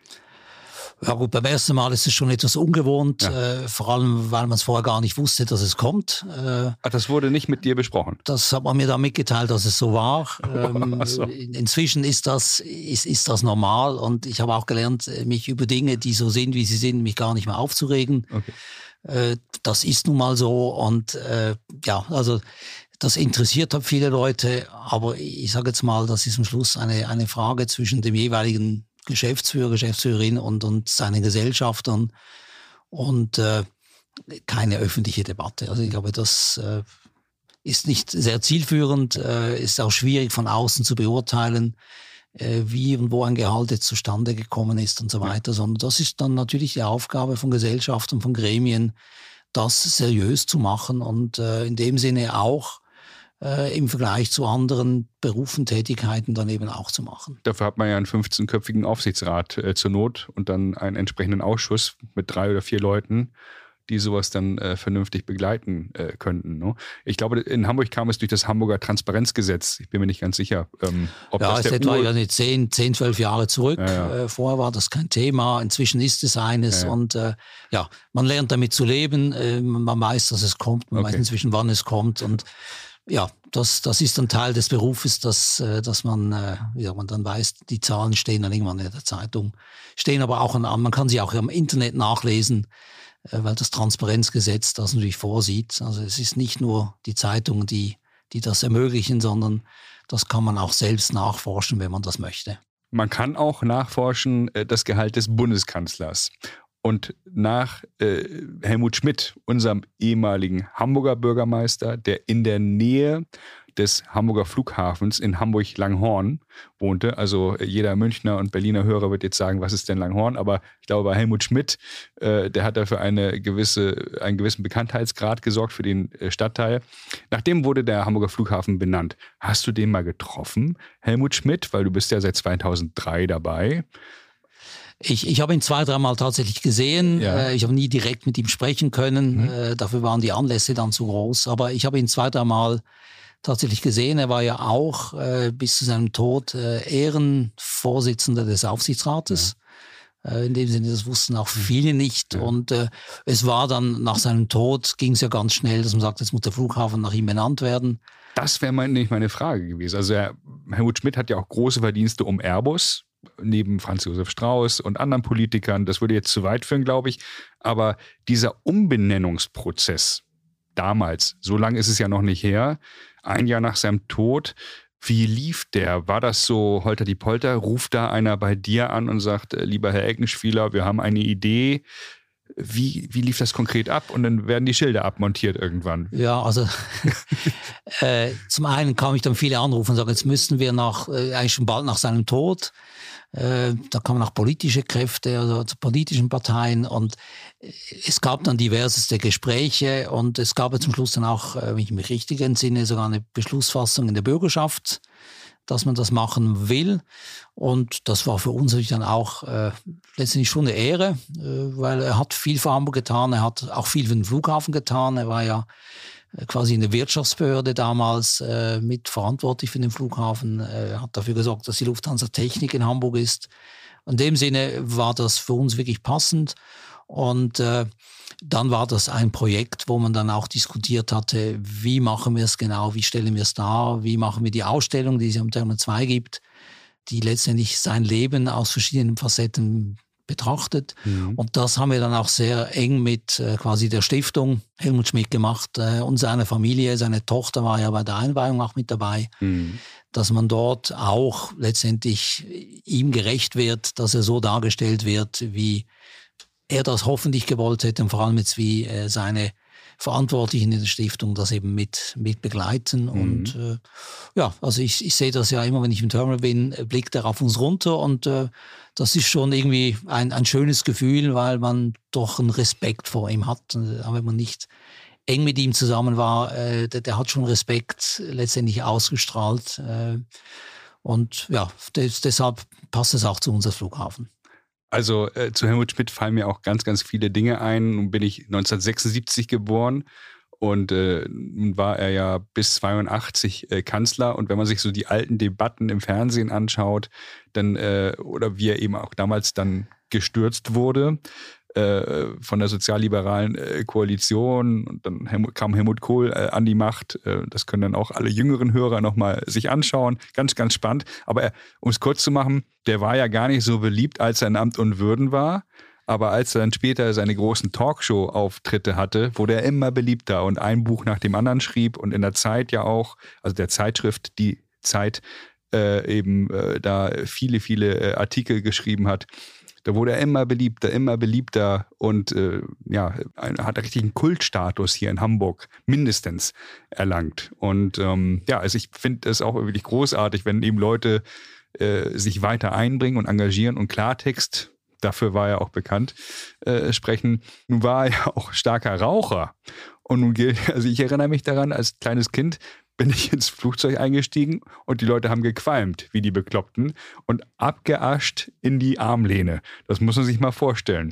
Ja gut, beim ersten Mal ist es schon etwas ungewohnt, ja. äh, vor allem, weil man es vorher gar nicht wusste, dass es kommt. Äh, Ach, das wurde nicht mit dir besprochen? Das hat man mir dann mitgeteilt, dass es so war. Ähm, so. Inzwischen ist das, ist, ist das normal und ich habe auch gelernt, mich über Dinge, die so sind, wie sie sind, mich gar nicht mehr aufzuregen. Okay. Äh, das ist nun mal so und äh, ja, also das interessiert halt viele Leute, aber ich sage jetzt mal, das ist am Schluss eine, eine Frage zwischen dem jeweiligen Geschäftsführer, Geschäftsführerin und, und seinen Gesellschaftern und äh, keine öffentliche Debatte. Also ich glaube, das äh, ist nicht sehr zielführend, äh, ist auch schwierig von außen zu beurteilen, äh, wie und wo ein Gehalt jetzt zustande gekommen ist und so weiter, sondern das ist dann natürlich die Aufgabe von Gesellschaften, von Gremien, das seriös zu machen und äh, in dem Sinne auch Äh, im Vergleich zu anderen Berufen, Tätigkeiten dann eben auch zu machen. Dafür hat man ja einen fünfzehnköpfigen Aufsichtsrat äh, zur Not und dann einen entsprechenden Ausschuss mit drei oder vier Leuten, die sowas dann äh, vernünftig begleiten äh, könnten. Ne? Ich glaube, in Hamburg kam es durch das Hamburger Transparenzgesetz. Ich bin mir nicht ganz sicher, ähm, ob ja, das ist der etwa Ur- ja, zehn, zehn, zwölf Jahre zurück. Ja, ja. Äh, vorher war das kein Thema. Inzwischen ist es eines. Ja, ja. Und äh, ja, man lernt damit zu leben. Äh, man weiß, dass es kommt. Man Okay. weiß inzwischen, wann es kommt. Und ja, das, das ist ein Teil des Berufes, dass, äh, dass man, äh, ja, man dann weiß, die Zahlen stehen dann irgendwann in der Zeitung, stehen aber auch an, man kann sie auch im Internet nachlesen, äh, weil das Transparenzgesetz das natürlich vorsieht. Also es ist nicht nur die Zeitungen, die, die das ermöglichen, sondern das kann man auch selbst nachforschen, wenn man das möchte. Man kann auch nachforschen, äh, das Gehalt des Bundeskanzlers. Und nach äh, Helmut Schmidt, unserem ehemaligen Hamburger Bürgermeister, der in der Nähe des Hamburger Flughafens in Hamburg-Langhorn wohnte. Also äh, jeder Münchner und Berliner Hörer wird jetzt sagen, was ist denn Langhorn? Aber ich glaube, bei Helmut Schmidt, äh, der hat dafür eine gewisse, einen gewissen Bekanntheitsgrad gesorgt für den äh, Stadtteil. Nachdem wurde der Hamburger Flughafen benannt. Hast du den mal getroffen, Helmut Schmidt? Weil du bist ja seit zweitausenddrei dabei. Ich, ich habe ihn zwei, dreimal tatsächlich gesehen. Ja. Äh, ich habe nie direkt mit ihm sprechen können. Mhm. Äh, dafür waren die Anlässe dann zu groß. Aber ich habe ihn zwei, dreimal tatsächlich gesehen. Er war ja auch äh, bis zu seinem Tod äh, Ehrenvorsitzender des Aufsichtsrates. Ja. Äh, in dem Sinne, das wussten auch viele nicht. Ja. Und äh, es war dann nach seinem Tod, ging es ja ganz schnell, dass man sagt, jetzt muss der Flughafen nach ihm benannt werden. Das wäre mein, nicht meine Frage gewesen. Also Herr Helmut Schmidt hat ja auch große Verdienste um Airbus, neben Franz Josef Strauß und anderen Politikern. Das würde jetzt zu weit führen, glaube ich. Aber dieser Umbenennungsprozess damals, so lange ist es ja noch nicht her, ein Jahr nach seinem Tod, wie lief der? War das so holter die Polter? Ruft da einer bei dir an und sagt, lieber Herr Eggenspieler, wir haben eine Idee. Wie, wie lief das konkret ab? Und dann werden die Schilder abmontiert irgendwann. Ja, also äh, zum einen kam ich dann viele Anrufe und sagen, jetzt müssten wir nach, äh, eigentlich schon bald nach seinem Tod, äh, da kamen auch politische Kräfte, also zu politischen Parteien und äh, es gab dann diverseste Gespräche und es gab zum Schluss dann auch, äh, wenn ich mich richtig entsinne, sogar eine Beschlussfassung in der Bürgerschaft, dass man das machen will. Und das war für uns natürlich dann auch äh, letztendlich schon eine Ehre, äh, weil er hat viel für Hamburg getan, er hat auch viel für den Flughafen getan. Er war ja äh, quasi in der Wirtschaftsbehörde damals äh, mit verantwortlich für den Flughafen. Er hat dafür gesorgt, dass die Lufthansa Technik in Hamburg ist. In dem Sinne war das für uns wirklich passend. Und äh, dann war das ein Projekt, wo man dann auch diskutiert hatte, wie machen wir es genau, wie stellen wir es dar, wie machen wir die Ausstellung, die es am Terminal zwei gibt, die letztendlich sein Leben aus verschiedenen Facetten betrachtet. Mhm. Und das haben wir dann auch sehr eng mit äh, quasi der Stiftung Helmut Schmidt gemacht äh, und seiner Familie. Seine Tochter war ja bei der Einweihung auch mit dabei, mhm. dass man dort auch letztendlich ihm gerecht wird, dass er so dargestellt wird, wie er das hoffentlich gewollt hätte und vor allem jetzt wie äh, seine Verantwortlichen in der Stiftung das eben mit, mit begleiten. Mhm. Und äh, ja, also ich, ich sehe das ja immer, wenn ich im Terminal bin, blickt er auf uns runter und äh, das ist schon irgendwie ein, ein schönes Gefühl, weil man doch einen Respekt vor ihm hat. Und, äh, wenn man nicht eng mit ihm zusammen war, äh, der, der hat schon Respekt letztendlich ausgestrahlt. Äh, und ja, des, deshalb passt es auch zu unserem Flughafen. Also äh, zu Helmut Schmidt fallen mir auch ganz, ganz viele Dinge ein. Nun bin ich neunzehnhundertsechsundsiebzig geboren und äh, nun war er ja bis zweiundachtzig äh, Kanzler. Und wenn man sich so die alten Debatten im Fernsehen anschaut, dann äh, oder wie er eben auch damals dann gestürzt wurde äh, von der sozialliberalen äh, Koalition und dann Helmut, kam Helmut Kohl äh, an die Macht. Äh, das können dann auch alle jüngeren Hörer nochmal sich anschauen. Ganz, ganz spannend. Aber um es kurz zu machen, der war ja gar nicht so beliebt, als er in Amt und Würden war. Aber als er dann später seine großen Talkshow-Auftritte hatte, wurde er immer beliebter und ein Buch nach dem anderen schrieb und in der Zeit ja auch, also der Zeitschrift Die Zeit, äh, eben äh, da viele, viele äh, Artikel geschrieben hat. Da wurde er immer beliebter, immer beliebter und äh, ja, hat richtig einen Kultstatus hier in Hamburg mindestens erlangt. Und ähm, ja, also ich finde es auch wirklich großartig, wenn eben Leute äh, sich weiter einbringen und engagieren und Klartext, dafür war er auch bekannt, äh, sprechen. Nun war er ja auch starker Raucher. Und nun gilt, also ich erinnere mich daran, als kleines Kind bin ich ins Flugzeug eingestiegen und die Leute haben gequalmt, wie die Bekloppten, und abgeascht in die Armlehne. Das muss man sich mal vorstellen.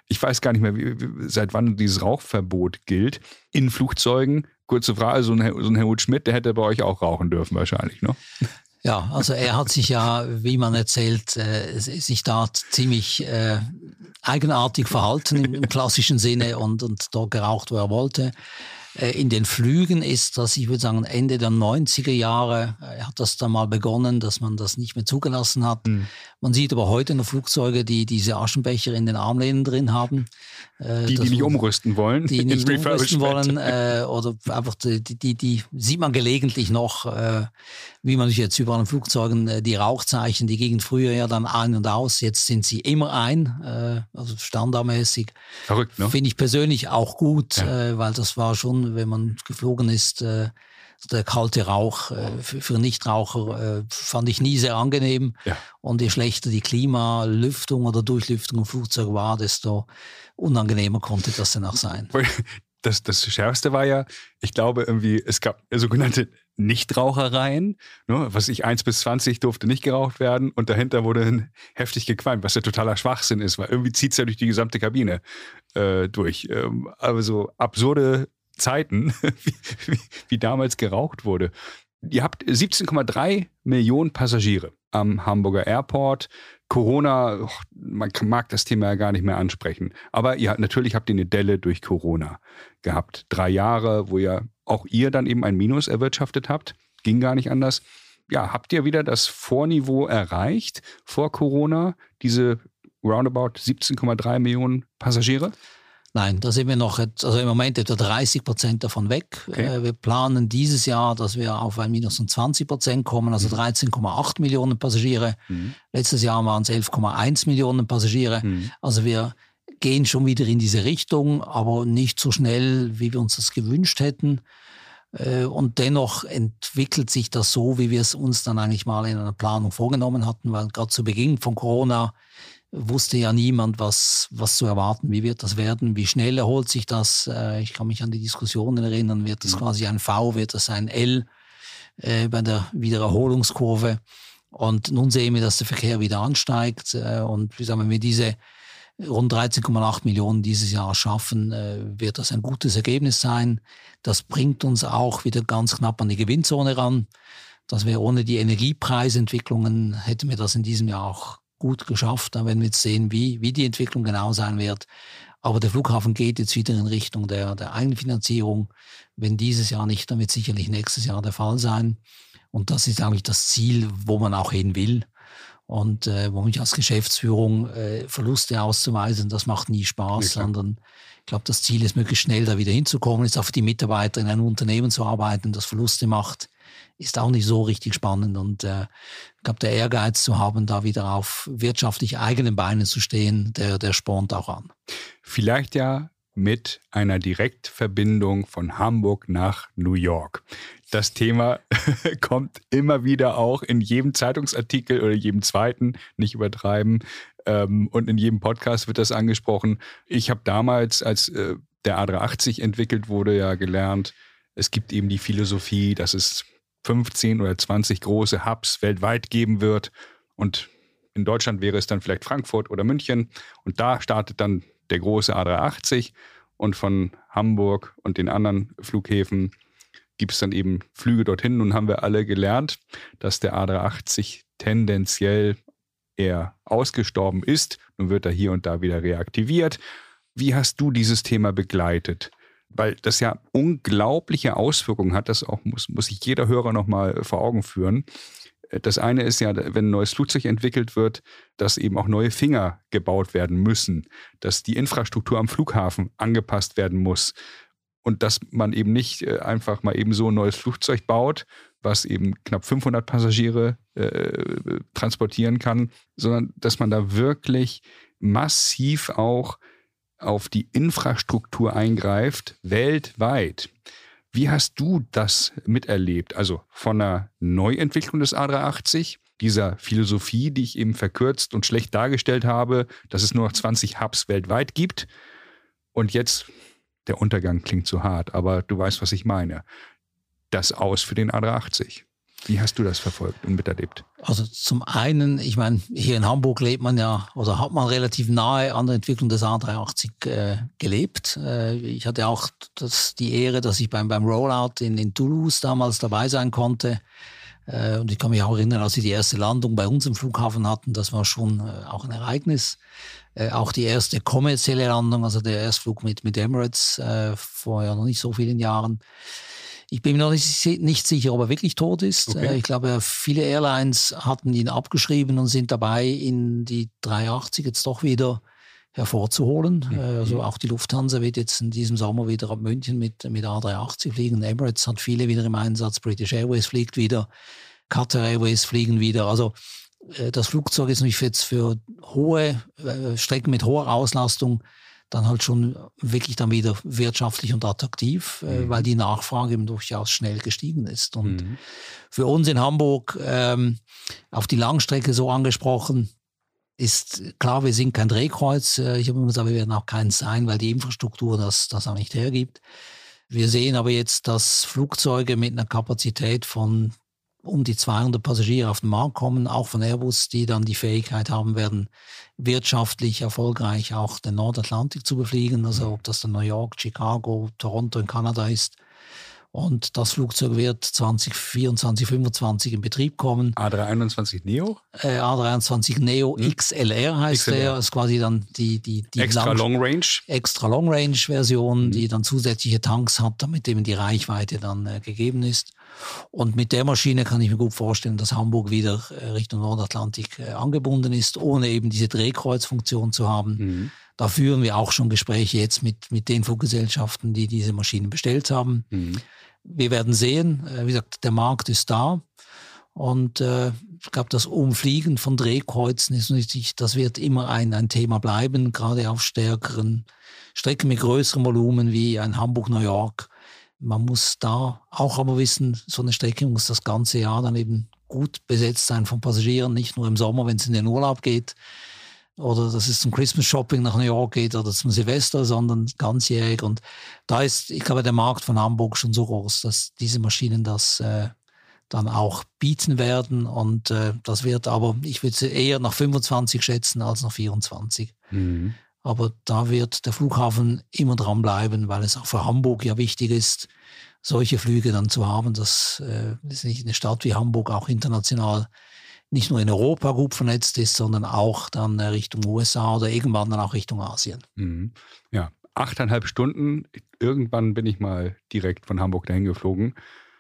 ich weiß gar nicht mehr, wie, wie, seit wann dieses Rauchverbot gilt. In Flugzeugen, kurze Frage, so ein, so ein Helmut Schmidt, der hätte bei euch auch rauchen dürfen wahrscheinlich, ne? Ja, also er hat sich ja, wie man erzählt, äh, sich da ziemlich äh, eigenartig verhalten im, im klassischen Sinne und, und dort geraucht, wo er wollte. Äh, in den Flügen ist das, ich würde sagen, Ende der neunziger Jahre äh, hat das dann mal begonnen, dass man das nicht mehr zugelassen hat. Mhm. Man sieht aber heute noch Flugzeuge, die diese Aschenbecher in den Armlehnen drin haben. Äh, die, die nicht umrüsten wollen. Die nicht umrüsten wollen äh, oder einfach die, die, die sieht man gelegentlich noch, äh, wie man sich jetzt überall in Flugzeugen, äh, die Rauchzeichen, die gingen früher ja dann ein und aus, jetzt sind sie immer ein, äh, also standardmäßig. Verrückt, ne? Finde ich persönlich auch gut, ja. äh, weil das war schon, wenn man geflogen ist, äh, der kalte Rauch äh, für, für Nichtraucher äh, fand ich nie sehr angenehm. Ja. Und je schlechter die Klimalüftung oder Durchlüftung im Flugzeug war, desto unangenehmer konnte das dann auch sein. Das, das Schärfste war ja, ich glaube irgendwie, es gab sogenannte Nichtrauchereien, ne, was ich eins bis zwanzig durfte nicht geraucht werden und dahinter wurde heftig gequalmt, was ja totaler Schwachsinn ist, weil irgendwie zieht es ja durch die gesamte Kabine äh, durch. Ähm, aber so absurde Zeiten, wie, wie, wie damals geraucht wurde. Ihr habt siebzehn Komma drei Millionen Passagiere am Hamburger Airport. Corona, oh, man mag das Thema ja gar nicht mehr ansprechen. Aber ihr, natürlich habt ihr eine Delle durch Corona gehabt. Drei Jahre, wo ihr auch ihr dann eben ein Minus erwirtschaftet habt. Ging gar nicht anders. Ja, habt ihr wieder das Vorniveau erreicht vor Corona? Diese roundabout siebzehn Komma drei Millionen Passagiere? Nein, da sind wir noch, also im Moment etwa dreißig Prozent davon weg. Okay. Wir planen dieses Jahr, dass wir auf ein Minus von zwanzig Prozent kommen, also dreizehn Komma acht Millionen Passagiere. Mhm. Letztes Jahr waren es elf Komma eins Millionen Passagiere. Mhm. Also wir gehen schon wieder in diese Richtung, aber nicht so schnell, wie wir uns das gewünscht hätten. Und dennoch entwickelt sich das so, wie wir es uns dann eigentlich mal in einer Planung vorgenommen hatten, weil gerade zu Beginn von Corona wusste ja niemand, was, was zu erwarten, wie wird das werden, wie schnell erholt sich das. Ich kann mich an die Diskussionen erinnern, wird das quasi ein V, wird das ein L äh, bei der Wiedererholungskurve. Und nun sehen wir, dass der Verkehr wieder ansteigt äh, und wie sagen wir, wenn wir diese rund dreizehn Komma acht Millionen dieses Jahr schaffen, äh, wird das ein gutes Ergebnis sein. Das bringt uns auch wieder ganz knapp an die Gewinnzone ran. Dass wir ohne die Energiepreisentwicklungen hätten wir das in diesem Jahr auch gut geschafft, dann werden wir jetzt sehen, wie, wie die Entwicklung genau sein wird. Aber der Flughafen geht jetzt wieder in Richtung der, der Eigenfinanzierung. Wenn dieses Jahr nicht, dann wird sicherlich nächstes Jahr der Fall sein. Und das ist eigentlich das Ziel, wo man auch hin will. Und äh, wo mich als Geschäftsführung äh, Verluste auszuweisen, das macht nie Spaß, ja, sondern ich glaube, das Ziel ist, möglichst schnell da wieder hinzukommen, ist auch für die Mitarbeiter in einem Unternehmen zu arbeiten, das Verluste macht, ist auch nicht so richtig spannend. Und äh, ich glaube, der Ehrgeiz zu haben, da wieder auf wirtschaftlich eigenen Beinen zu stehen, der, der spornt auch an. Vielleicht ja mit einer Direktverbindung von Hamburg nach New York. Das Thema kommt immer wieder auch in jedem Zeitungsartikel oder jedem zweiten, nicht übertreiben. Und in jedem Podcast wird das angesprochen. Ich habe damals, als der A dreihundertachtzig entwickelt wurde, ja gelernt, es gibt eben die Philosophie, dass es fünfzehn oder zwanzig große Hubs weltweit geben wird. Und in Deutschland wäre es dann vielleicht Frankfurt oder München. Und da startet dann der große A dreihundertachtzig. Und von Hamburg und den anderen Flughäfen gibt es dann eben Flüge dorthin. Nun haben wir alle gelernt, dass der A dreihundertachtzig tendenziell eher ausgestorben ist. Nun wird er hier und da wieder reaktiviert. Wie hast du dieses Thema begleitet? Weil das ja unglaubliche Auswirkungen hat, das auch muss, muss sich jeder Hörer nochmal vor Augen führen. Das eine ist ja, wenn ein neues Flugzeug entwickelt wird, dass eben auch neue Finger gebaut werden müssen, dass die Infrastruktur am Flughafen angepasst werden muss und dass man eben nicht einfach mal eben so ein neues Flugzeug baut, was eben knapp fünfhundert Passagiere äh, transportieren kann, sondern dass man da wirklich massiv auch auf die Infrastruktur eingreift, weltweit. Wie hast du das miterlebt? Also von der Neuentwicklung des A dreihundertachtzig, dieser Philosophie, die ich eben verkürzt und schlecht dargestellt habe, dass es nur noch zwanzig Hubs weltweit gibt. Und jetzt, der Untergang klingt zu hart, aber du weißt, was ich meine. Das Aus für den A dreihundertachtzig. Wie hast du das verfolgt und miterlebt? Also zum einen, ich meine, hier in Hamburg lebt man ja oder hat man relativ nahe an der Entwicklung des A drei achtzig äh, gelebt. Äh, ich hatte auch das, die Ehre, dass ich beim, beim Rollout in, in Toulouse damals dabei sein konnte. Äh, und ich kann mich auch erinnern, als wir die erste Landung bei uns im Flughafen hatten, das war schon äh, auch ein Ereignis. Äh, auch die erste kommerzielle Landung, also der Erstflug mit, mit Emirates äh, vor ja noch nicht so vielen Jahren. Ich bin mir noch nicht, nicht sicher, ob er wirklich tot ist. Okay. Ich glaube, viele Airlines hatten ihn abgeschrieben und sind dabei, in die drei achtzig jetzt doch wieder hervorzuholen. Mhm. Also auch die Lufthansa wird jetzt in diesem Sommer wieder ab München mit, mit A drei achtzig fliegen. Emirates hat viele wieder im Einsatz. British Airways fliegt wieder. Qatar Airways fliegen wieder. Also das Flugzeug ist natürlich jetzt für hohe Strecken mit hoher Auslastung dann halt schon wirklich dann wieder wirtschaftlich und attraktiv, mhm. äh, weil die Nachfrage eben durchaus schnell gestiegen ist. Und mhm. für uns in Hamburg ähm, auf die Langstrecke so angesprochen, ist klar, wir sind kein Drehkreuz. Äh, ich habe immer gesagt, wir werden auch keins sein, weil die Infrastruktur das, das auch nicht hergibt. Wir sehen aber jetzt, dass Flugzeuge mit einer Kapazität von um die zweihundert Passagiere auf den Markt kommen, auch von Airbus, die dann die Fähigkeit haben werden, wirtschaftlich erfolgreich auch den Nordatlantik zu befliegen, also ob das dann New York, Chicago, Toronto in Kanada ist. Und das Flugzeug wird zwanzig vierundzwanzig, fünfundzwanzig in Betrieb kommen. A drei einundzwanzig Neo? Äh, A drei einundzwanzig Neo hm? X L R heißt X L R. Der. Das ist quasi dann die, die, die Extra Lang- Long Range. Extra Long Range Version, hm. die dann zusätzliche Tanks hat, damit eben die Reichweite dann äh, gegeben ist. Und mit der Maschine kann ich mir gut vorstellen, dass Hamburg wieder äh, Richtung Nordatlantik äh, angebunden ist, ohne eben diese Drehkreuzfunktion zu haben. Hm. Da führen wir auch schon Gespräche jetzt mit, mit den Fluggesellschaften, die diese Maschinen bestellt haben. Mhm. Wir werden sehen. Wie gesagt, der Markt ist da. Und äh, ich glaube, das Umfliegen von Drehkreuzen ist natürlich, das wird immer ein, ein Thema bleiben, gerade auf stärkeren Strecken mit größerem Volumen wie ein Hamburg-New York. Man muss da auch aber wissen, so eine Strecke muss das ganze Jahr dann eben gut besetzt sein von Passagieren, nicht nur im Sommer, wenn es in den Urlaub geht. Oder dass es zum Christmas Shopping nach New York geht oder zum Silvester, sondern ganzjährig. Und da ist, ich glaube, der Markt von Hamburg schon so groß, dass diese Maschinen das äh, dann auch bieten werden. Und äh, das wird aber, ich würde es eher nach fünfundzwanzig schätzen als nach vierundzwanzig. Mhm. Aber da wird der Flughafen immer dranbleiben, weil es auch für Hamburg ja wichtig ist, solche Flüge dann zu haben, dass äh, das nicht eine Stadt wie Hamburg auch international nicht nur in Europa gut vernetzt ist, sondern auch dann Richtung U S A oder irgendwann dann auch Richtung Asien. Mhm. Ja, achteinhalb Stunden. Irgendwann bin ich mal direkt von Hamburg dahin geflogen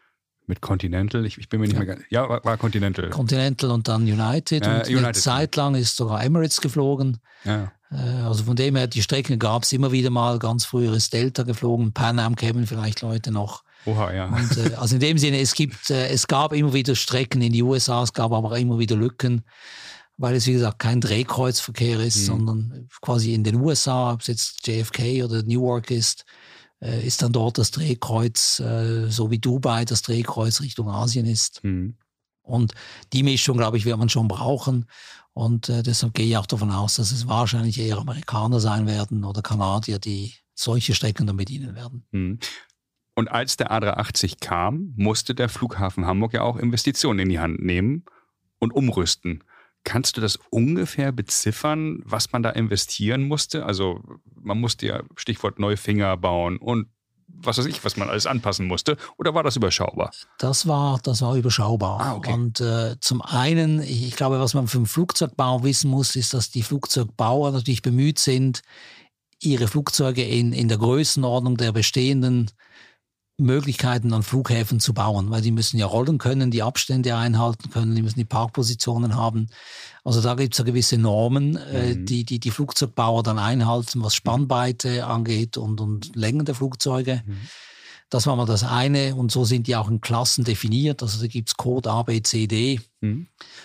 mit Continental. Ich, ich bin mir nicht ja. mehr ganz... Ja, war, war Continental. Continental und dann United. Äh, und United. Eine Zeit lang ist sogar Emirates geflogen. Ja. Also von dem her, die Strecken gab es immer wieder mal. Ganz früher ist Delta geflogen. Pan Am kämen vielleicht Leute noch. Oha, ja. Und, äh, also in dem Sinne, es gibt, äh, es gab immer wieder Strecken in die U S A, es gab aber immer wieder Lücken, weil es wie gesagt kein Drehkreuzverkehr ist, mhm. sondern quasi in den U S A, ob es jetzt J F K oder Newark ist, äh, ist dann dort das Drehkreuz, äh, so wie Dubai das Drehkreuz Richtung Asien ist. Mhm. Und die Mischung, glaube ich, wird man schon brauchen. Und äh, deshalb gehe ich auch davon aus, dass es wahrscheinlich eher Amerikaner sein werden oder Kanadier, die solche Strecken dann bedienen werden. Mhm. Und als der A drei achtzig kam, musste der Flughafen Hamburg ja auch Investitionen in die Hand nehmen und umrüsten. Kannst du das ungefähr beziffern, was man da investieren musste? Also man musste ja, Stichwort neue Finger bauen und was weiß ich, was man alles anpassen musste. Oder war das überschaubar? Das war, das war überschaubar. Ah, okay. Und äh, zum einen, ich, ich glaube, was man vom Flugzeugbau wissen muss, ist, dass die Flugzeugbauer natürlich bemüht sind, ihre Flugzeuge in, in der Größenordnung der bestehenden Möglichkeiten an Flughäfen zu bauen, weil die müssen ja rollen können, die Abstände einhalten können, die müssen die Parkpositionen haben. Also da gibt es ja gewisse Normen, mhm. äh, die, die die Flugzeugbauer dann einhalten, was Spannweite angeht und, und Längen der Flugzeuge. Mhm. Das war mal das eine und so sind die auch in Klassen definiert, also da gibt es Code A, B, C, D. Mhm.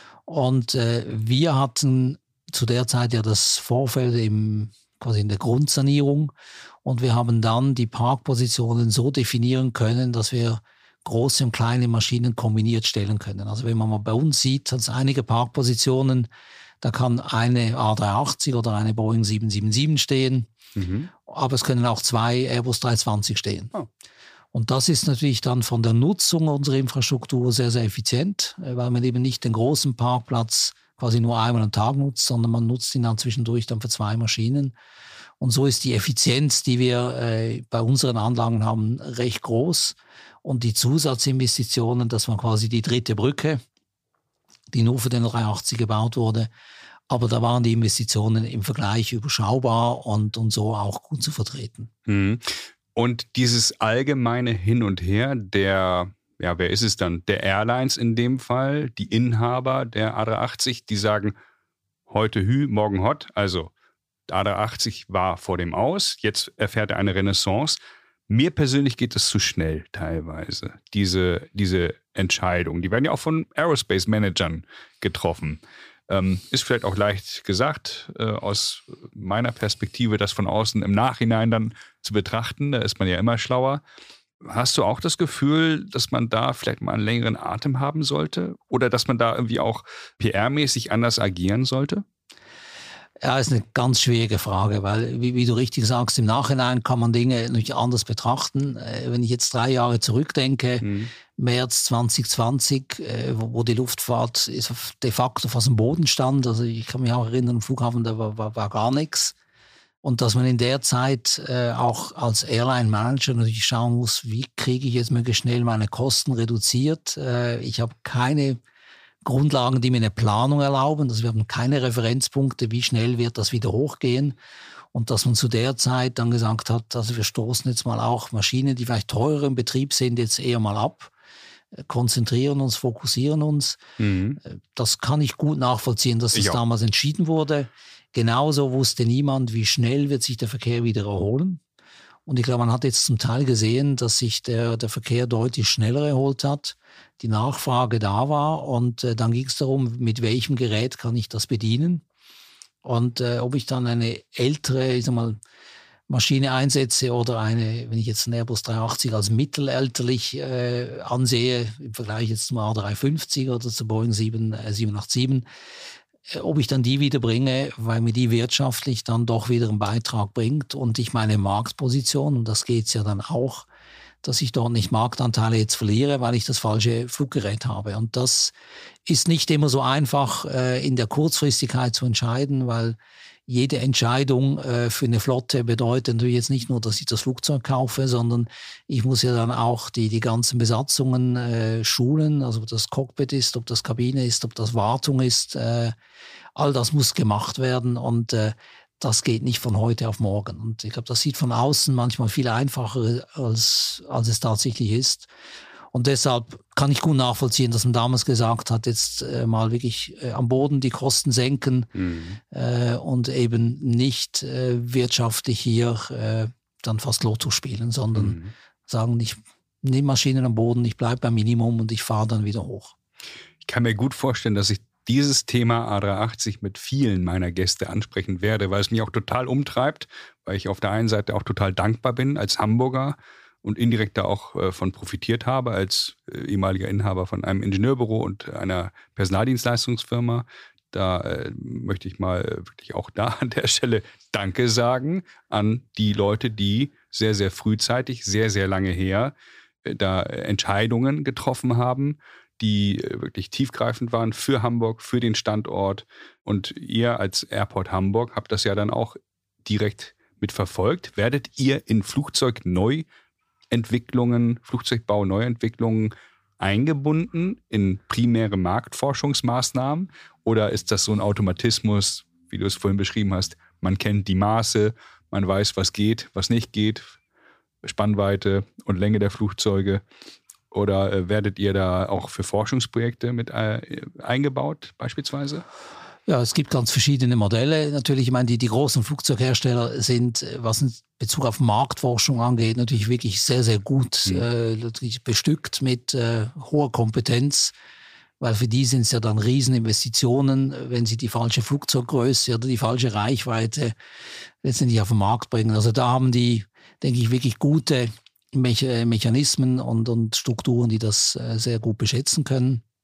Und äh, wir hatten zu der Zeit ja das Vorfeld im, quasi in der Grundsanierung. Und wir haben dann die Parkpositionen so definieren können, dass wir große und kleine Maschinen kombiniert stellen können. Also wenn man mal bei uns sieht, hat es einige Parkpositionen, da kann eine A drei achtzig oder eine Boeing sieben sieben sieben stehen, mhm. aber es können auch zwei Airbus dreihundertzwanzig stehen. Oh. Und das ist natürlich dann von der Nutzung unserer Infrastruktur sehr, sehr effizient, weil man eben nicht den großen Parkplatz quasi nur einmal am Tag nutzt, sondern man nutzt ihn dann zwischendurch dann für zwei Maschinen. Und so ist die Effizienz, die wir äh, bei unseren Anlagen haben, recht groß. Und die Zusatzinvestitionen, das war quasi die dritte Brücke, die nur für den dreihundertachtzig gebaut wurde. Aber da waren die Investitionen im Vergleich überschaubar und, und so auch gut zu vertreten. Mhm. Und dieses allgemeine Hin und Her der, ja, wer ist es dann? Der Airlines in dem Fall, die Inhaber der A dreihundertachtzig, die sagen, heute Hü, morgen Hot. Also der A dreihundertachtzig war vor dem Aus, jetzt erfährt er eine Renaissance. Mir persönlich geht es zu schnell teilweise, diese, diese Entscheidung. Die werden ja auch von Aerospace-Managern getroffen. Ähm, ist vielleicht auch leicht gesagt, äh, aus meiner Perspektive, das von außen im Nachhinein dann zu betrachten. Da ist man ja immer schlauer. Hast du auch das Gefühl, dass man da vielleicht mal einen längeren Atem haben sollte? Oder dass man da irgendwie auch P R-mäßig anders agieren sollte? Ja, ist eine ganz schwierige Frage, weil, wie, wie du richtig sagst, im Nachhinein kann man Dinge natürlich anders betrachten. Äh, wenn ich jetzt drei Jahre zurückdenke, mhm. März zwanzig zwanzig, äh, wo, wo die Luftfahrt ist de facto fast am Boden stand. Also ich kann mich auch erinnern, am Flughafen, da war, war, war gar nichts. Und dass man in der Zeit äh, auch als Airline-Manager natürlich schauen muss, wie kriege ich jetzt möglichst schnell meine Kosten reduziert. Äh, ich habe keine Grundlagen, die mir eine Planung erlauben. Also wir haben keine Referenzpunkte, wie schnell wird das wieder hochgehen. Und dass man zu der Zeit dann gesagt hat, also wir stoßen jetzt mal auch Maschinen, die vielleicht teurer im Betrieb sind, jetzt eher mal ab, konzentrieren uns, fokussieren uns. Mhm. Das kann ich gut nachvollziehen, dass das damals entschieden wurde. Genauso wusste niemand, wie schnell wird sich der Verkehr wieder erholen. Und ich glaube, man hat jetzt zum Teil gesehen, dass sich der, der Verkehr deutlich schneller erholt hat, die Nachfrage da war und äh, dann ging es darum, mit welchem Gerät kann ich das bedienen und äh, ob ich dann eine ältere, ich sag mal, Maschine einsetze oder eine, wenn ich jetzt einen Airbus dreihundertachtzig als mittelalterlich äh, ansehe, im Vergleich jetzt zum A dreihundertfünfzig oder zur Boeing sieben acht sieben, ob ich dann die wieder bringe, weil mir die wirtschaftlich dann doch wieder einen Beitrag bringt und ich meine Marktposition, und das geht's ja dann auch, dass ich dort nicht Marktanteile jetzt verliere, weil ich das falsche Fluggerät habe. Und das ist nicht immer so einfach äh, in der Kurzfristigkeit zu entscheiden, weil jede Entscheidung äh, für eine Flotte bedeutet natürlich jetzt nicht nur, dass ich das Flugzeug kaufe, sondern ich muss ja dann auch die, die ganzen Besatzungen äh, schulen, also ob das Cockpit ist, ob das Kabine ist, ob das Wartung ist, äh, all das muss gemacht werden und äh, das geht nicht von heute auf morgen. Und ich glaube, das sieht von außen manchmal viel einfacher, als, als es tatsächlich ist. Und deshalb kann ich gut nachvollziehen, dass man damals gesagt hat, jetzt äh, mal wirklich äh, am Boden die Kosten senken mhm. äh, und eben nicht äh, wirtschaftlich hier äh, dann fast Lotto spielen, sondern mhm. sagen, ich nehme Maschinen am Boden, ich bleibe beim Minimum und ich fahre dann wieder hoch. Ich kann mir gut vorstellen, dass ich dieses Thema A dreihundertachtzig mit vielen meiner Gäste ansprechen werde, weil es mich auch total umtreibt, weil ich auf der einen Seite auch total dankbar bin als Hamburger und indirekt da auch äh, von profitiert habe als äh, ehemaliger Inhaber von einem Ingenieurbüro und einer Personaldienstleistungsfirma. Da äh, möchte ich mal äh, wirklich auch da an der Stelle Danke sagen an die Leute, die sehr, sehr frühzeitig, sehr, sehr lange her äh, da Entscheidungen getroffen haben, die äh, wirklich tiefgreifend waren für Hamburg, für den Standort. Und ihr als Airport Hamburg habt das ja dann auch direkt mitverfolgt. Werdet ihr in Flugzeug neu Entwicklungen, Flugzeugbau, Neuentwicklungen eingebunden in primäre Marktforschungsmaßnahmen? Oder ist das so ein Automatismus, wie du es vorhin beschrieben hast? Man kennt die Maße, man weiß, was geht, was nicht geht, Spannweite und Länge der Flugzeuge. Oder äh, werdet ihr da auch für Forschungsprojekte mit äh, eingebaut beispielsweise? Ja, es gibt ganz verschiedene Modelle. Natürlich, ich meine, die, die großen Flugzeughersteller sind, was in Bezug auf Marktforschung angeht, natürlich wirklich sehr, sehr gut mhm. äh, natürlich bestückt mit äh, hoher Kompetenz, weil für die sind es ja dann Rieseninvestitionen, wenn sie die falsche Flugzeuggröße oder die falsche Reichweite letztendlich auf den Markt bringen. Also da haben die, denke ich, wirklich gute Me- Mechanismen und, und Strukturen, die das äh, sehr gut beschätzen können.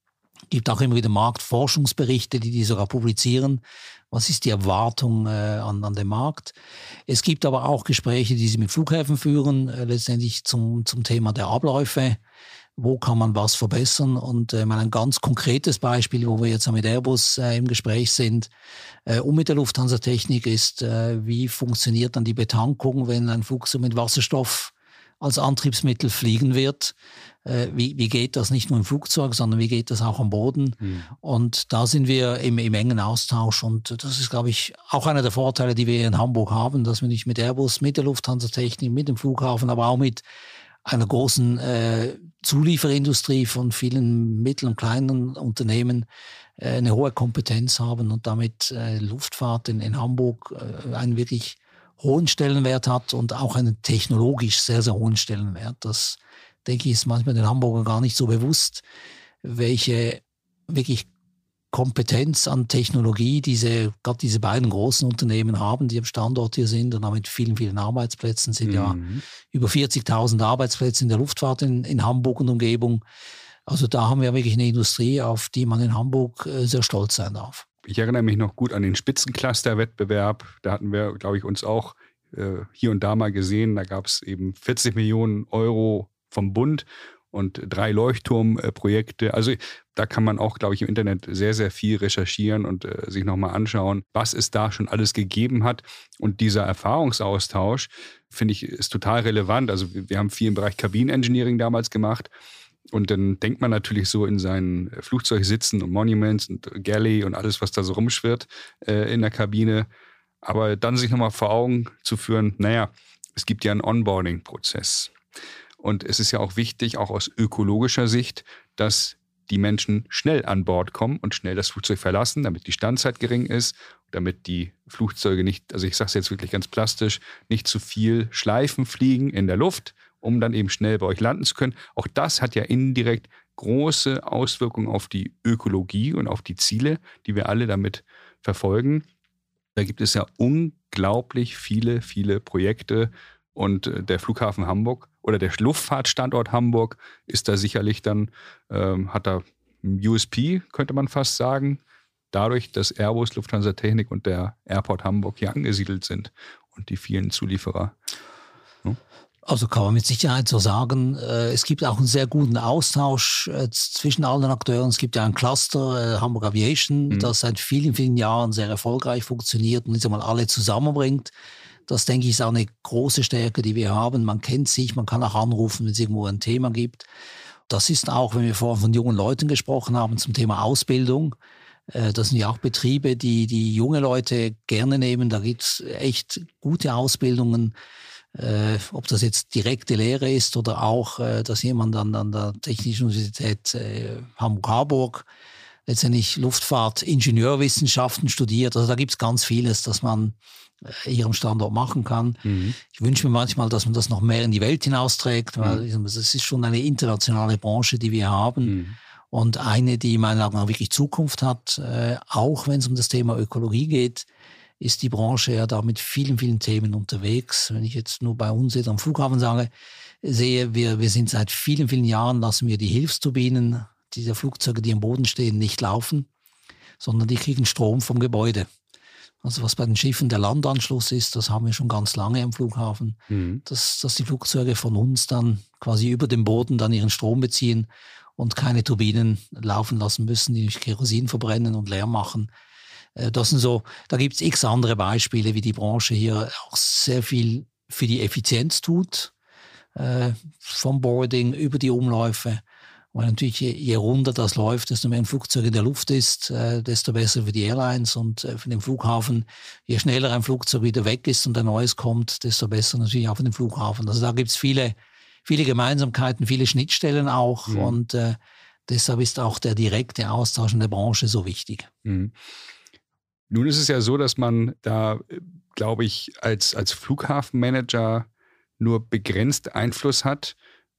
gibt auch immer wieder Marktforschungsberichte, die die sogar publizieren. Was ist die Erwartung äh, an, an den Markt? Es gibt aber auch Gespräche, die sie mit Flughäfen führen, äh, letztendlich zum, zum Thema der Abläufe. Wo kann man was verbessern? Und äh, ein ganz konkretes Beispiel, wo wir jetzt mit Airbus äh, im Gespräch sind, äh, und mit der Lufthansa Technik ist, äh, wie funktioniert dann die Betankung, wenn ein Flugzeug mit Wasserstoff als Antriebsmittel fliegen wird. Äh, wie, wie geht das nicht nur im Flugzeug, sondern wie geht das auch am Boden? Mhm. Und da sind wir im, im engen Austausch. Und das ist, glaube ich, auch einer der Vorteile, die wir in Hamburg haben, dass wir nicht mit Airbus, mit der Lufthansa Technik, mit dem Flughafen, aber auch mit einer großen äh, Zulieferindustrie von vielen mittleren und kleinen Unternehmen äh, eine hohe Kompetenz haben und damit äh, Luftfahrt in, in Hamburg äh, einen wirklich hohen Stellenwert hat und auch einen technologisch sehr, sehr hohen Stellenwert. Das, denke ich, ist manchmal den Hamburgern gar nicht so bewusst, welche wirklich Kompetenz an Technologie diese, gerade diese beiden großen Unternehmen haben, die am Standort hier sind und auch mit vielen, vielen Arbeitsplätzen sind mhm. ja über vierzigtausend Arbeitsplätze in der Luftfahrt in, in Hamburg und Umgebung. Also da haben wir wirklich eine Industrie, auf die man in Hamburg äh, sehr stolz sein darf. Ich erinnere mich noch gut an den Spitzencluster-Wettbewerb. Da hatten wir, glaube ich, uns auch äh, hier und da mal gesehen. Da gab es eben vierzig Millionen Euro vom Bund und drei Leuchtturmprojekte. Also da kann man auch, glaube ich, im Internet sehr, sehr viel recherchieren und äh, sich nochmal anschauen, was es da schon alles gegeben hat. Und dieser Erfahrungsaustausch, finde ich, ist total relevant. Also wir haben viel im Bereich Kabinenengineering damals gemacht. Und dann denkt man natürlich so in seinen Flugzeugsitzen und Monuments und Galley und alles, was da so rumschwirrt äh, in der Kabine. Aber dann sich nochmal vor Augen zu führen, naja, es gibt ja einen Onboarding-Prozess. Und es ist ja auch wichtig, auch aus ökologischer Sicht, dass die Menschen schnell an Bord kommen und schnell das Flugzeug verlassen, damit die Standzeit gering ist, damit die Flugzeuge nicht, also ich sage es jetzt wirklich ganz plastisch, nicht zu viel Schleifen fliegen in der Luft, um dann eben schnell bei euch landen zu können. Auch das hat ja indirekt große Auswirkungen auf die Ökologie und auf die Ziele, die wir alle damit verfolgen. Da gibt es ja unglaublich viele, viele Projekte und der Flughafen Hamburg oder der Luftfahrtstandort Hamburg ist da sicherlich dann, ähm, hat da ein U S P, könnte man fast sagen, dadurch, dass Airbus, Lufthansa Technik und der Airport Hamburg hier angesiedelt sind und die vielen Zulieferer. Ja. Also kann man mit Sicherheit so sagen. Es gibt auch einen sehr guten Austausch zwischen allen Akteuren. Es gibt ja ein Cluster, Hamburg Aviation, mhm. das seit vielen, vielen Jahren sehr erfolgreich funktioniert und jetzt einmal alle zusammenbringt. Das, denke ich, ist auch eine große Stärke, die wir haben. Man kennt sich, man kann auch anrufen, wenn es irgendwo ein Thema gibt. Das ist auch, wenn wir vorhin von jungen Leuten gesprochen haben, zum Thema Ausbildung. Das sind ja auch Betriebe, die die junge Leute gerne nehmen. Da gibt es echt gute Ausbildungen. Äh, ob das jetzt direkte Lehre ist oder auch, äh, dass jemand an, an der Technischen Universität äh, Hamburg-Harburg letztendlich Luftfahrt-Ingenieurwissenschaften studiert. Also da gibt es ganz vieles, das man äh, hier am Standort machen kann. Mhm. Ich wünsche mir manchmal, dass man das noch mehr in die Welt hinausträgt, weil mhm. das ist schon eine internationale Branche, die wir haben. Mhm. Und eine, die meiner Meinung nach wirklich Zukunft hat, äh, auch wenn es um das Thema Ökologie geht, ist die Branche ja da mit vielen, vielen Themen unterwegs. Wenn ich jetzt nur bei uns jetzt am Flughafen sage, sehe, wir, wir sind seit vielen, vielen Jahren, lassen wir die Hilfsturbinen dieser Flugzeuge, die am Boden stehen, nicht laufen, sondern die kriegen Strom vom Gebäude. Also was bei den Schiffen der Landanschluss ist, das haben wir schon ganz lange am Flughafen, mhm. dass, dass die Flugzeuge von uns dann quasi über dem Boden dann ihren Strom beziehen und keine Turbinen laufen lassen müssen, die durch Kerosin verbrennen und Lärm machen. Das sind so, da gibt es x andere Beispiele, wie die Branche hier auch sehr viel für die Effizienz tut, äh, vom Boarding über die Umläufe. Weil natürlich je, je runder das läuft, desto mehr ein Flugzeug in der Luft ist, äh, desto besser für die Airlines und äh, für den Flughafen. Je schneller ein Flugzeug wieder weg ist und ein neues kommt, desto besser natürlich auch für den Flughafen. Also da gibt es viele, viele Gemeinsamkeiten, viele Schnittstellen auch mhm. und äh, deshalb ist auch der direkte Austausch in der Branche so wichtig. Mhm. Nun ist es ja so, dass man da, glaube ich, als, als Flughafenmanager nur begrenzt Einfluss hat,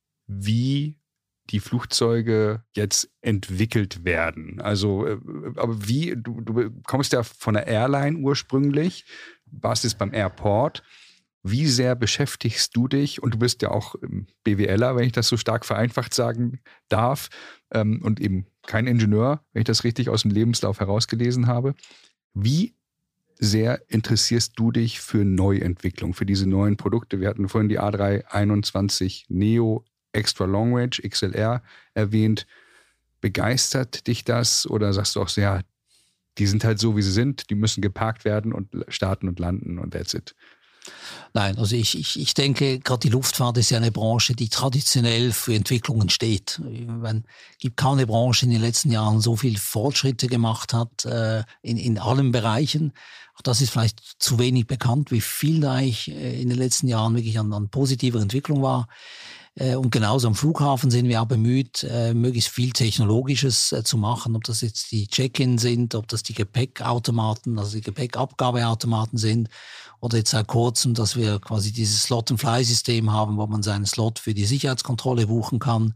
wie die Flugzeuge jetzt entwickelt werden. Also, aber wie, du, du kommst ja von der Airline ursprünglich, warst jetzt beim Airport. Wie sehr beschäftigst du dich, und du bist ja auch BWLer, wenn ich das so stark vereinfacht sagen darf, ähm, und eben kein Ingenieur, wenn ich das richtig aus dem Lebenslauf herausgelesen habe. Wie sehr interessierst du dich für Neuentwicklung, für diese neuen Produkte? Wir hatten vorhin die A drei einundzwanzig Neo Extra Long Range, X L R, erwähnt. Begeistert dich das oder sagst du auch sehr, die sind halt so, wie sie sind, die müssen geparkt werden und starten und landen und that's it? Nein, also ich, ich, ich denke, gerade die Luftfahrt ist ja eine Branche, die traditionell für Entwicklungen steht. Es gibt keine Branche in den letzten Jahren so viel Fortschritte gemacht hat äh, in, in allen Bereichen. Auch das ist vielleicht zu wenig bekannt, wie viel da eigentlich in den letzten Jahren wirklich an, an positiver Entwicklung war. Und genauso am Flughafen sind wir auch bemüht, möglichst viel Technologisches zu machen, ob das jetzt die Check-in sind, ob das die Gepäckautomaten, also die Gepäckabgabeautomaten sind, oder jetzt seit kurzem, dass wir quasi dieses Slot-and-Fly-System haben, wo man seinen Slot für die Sicherheitskontrolle buchen kann.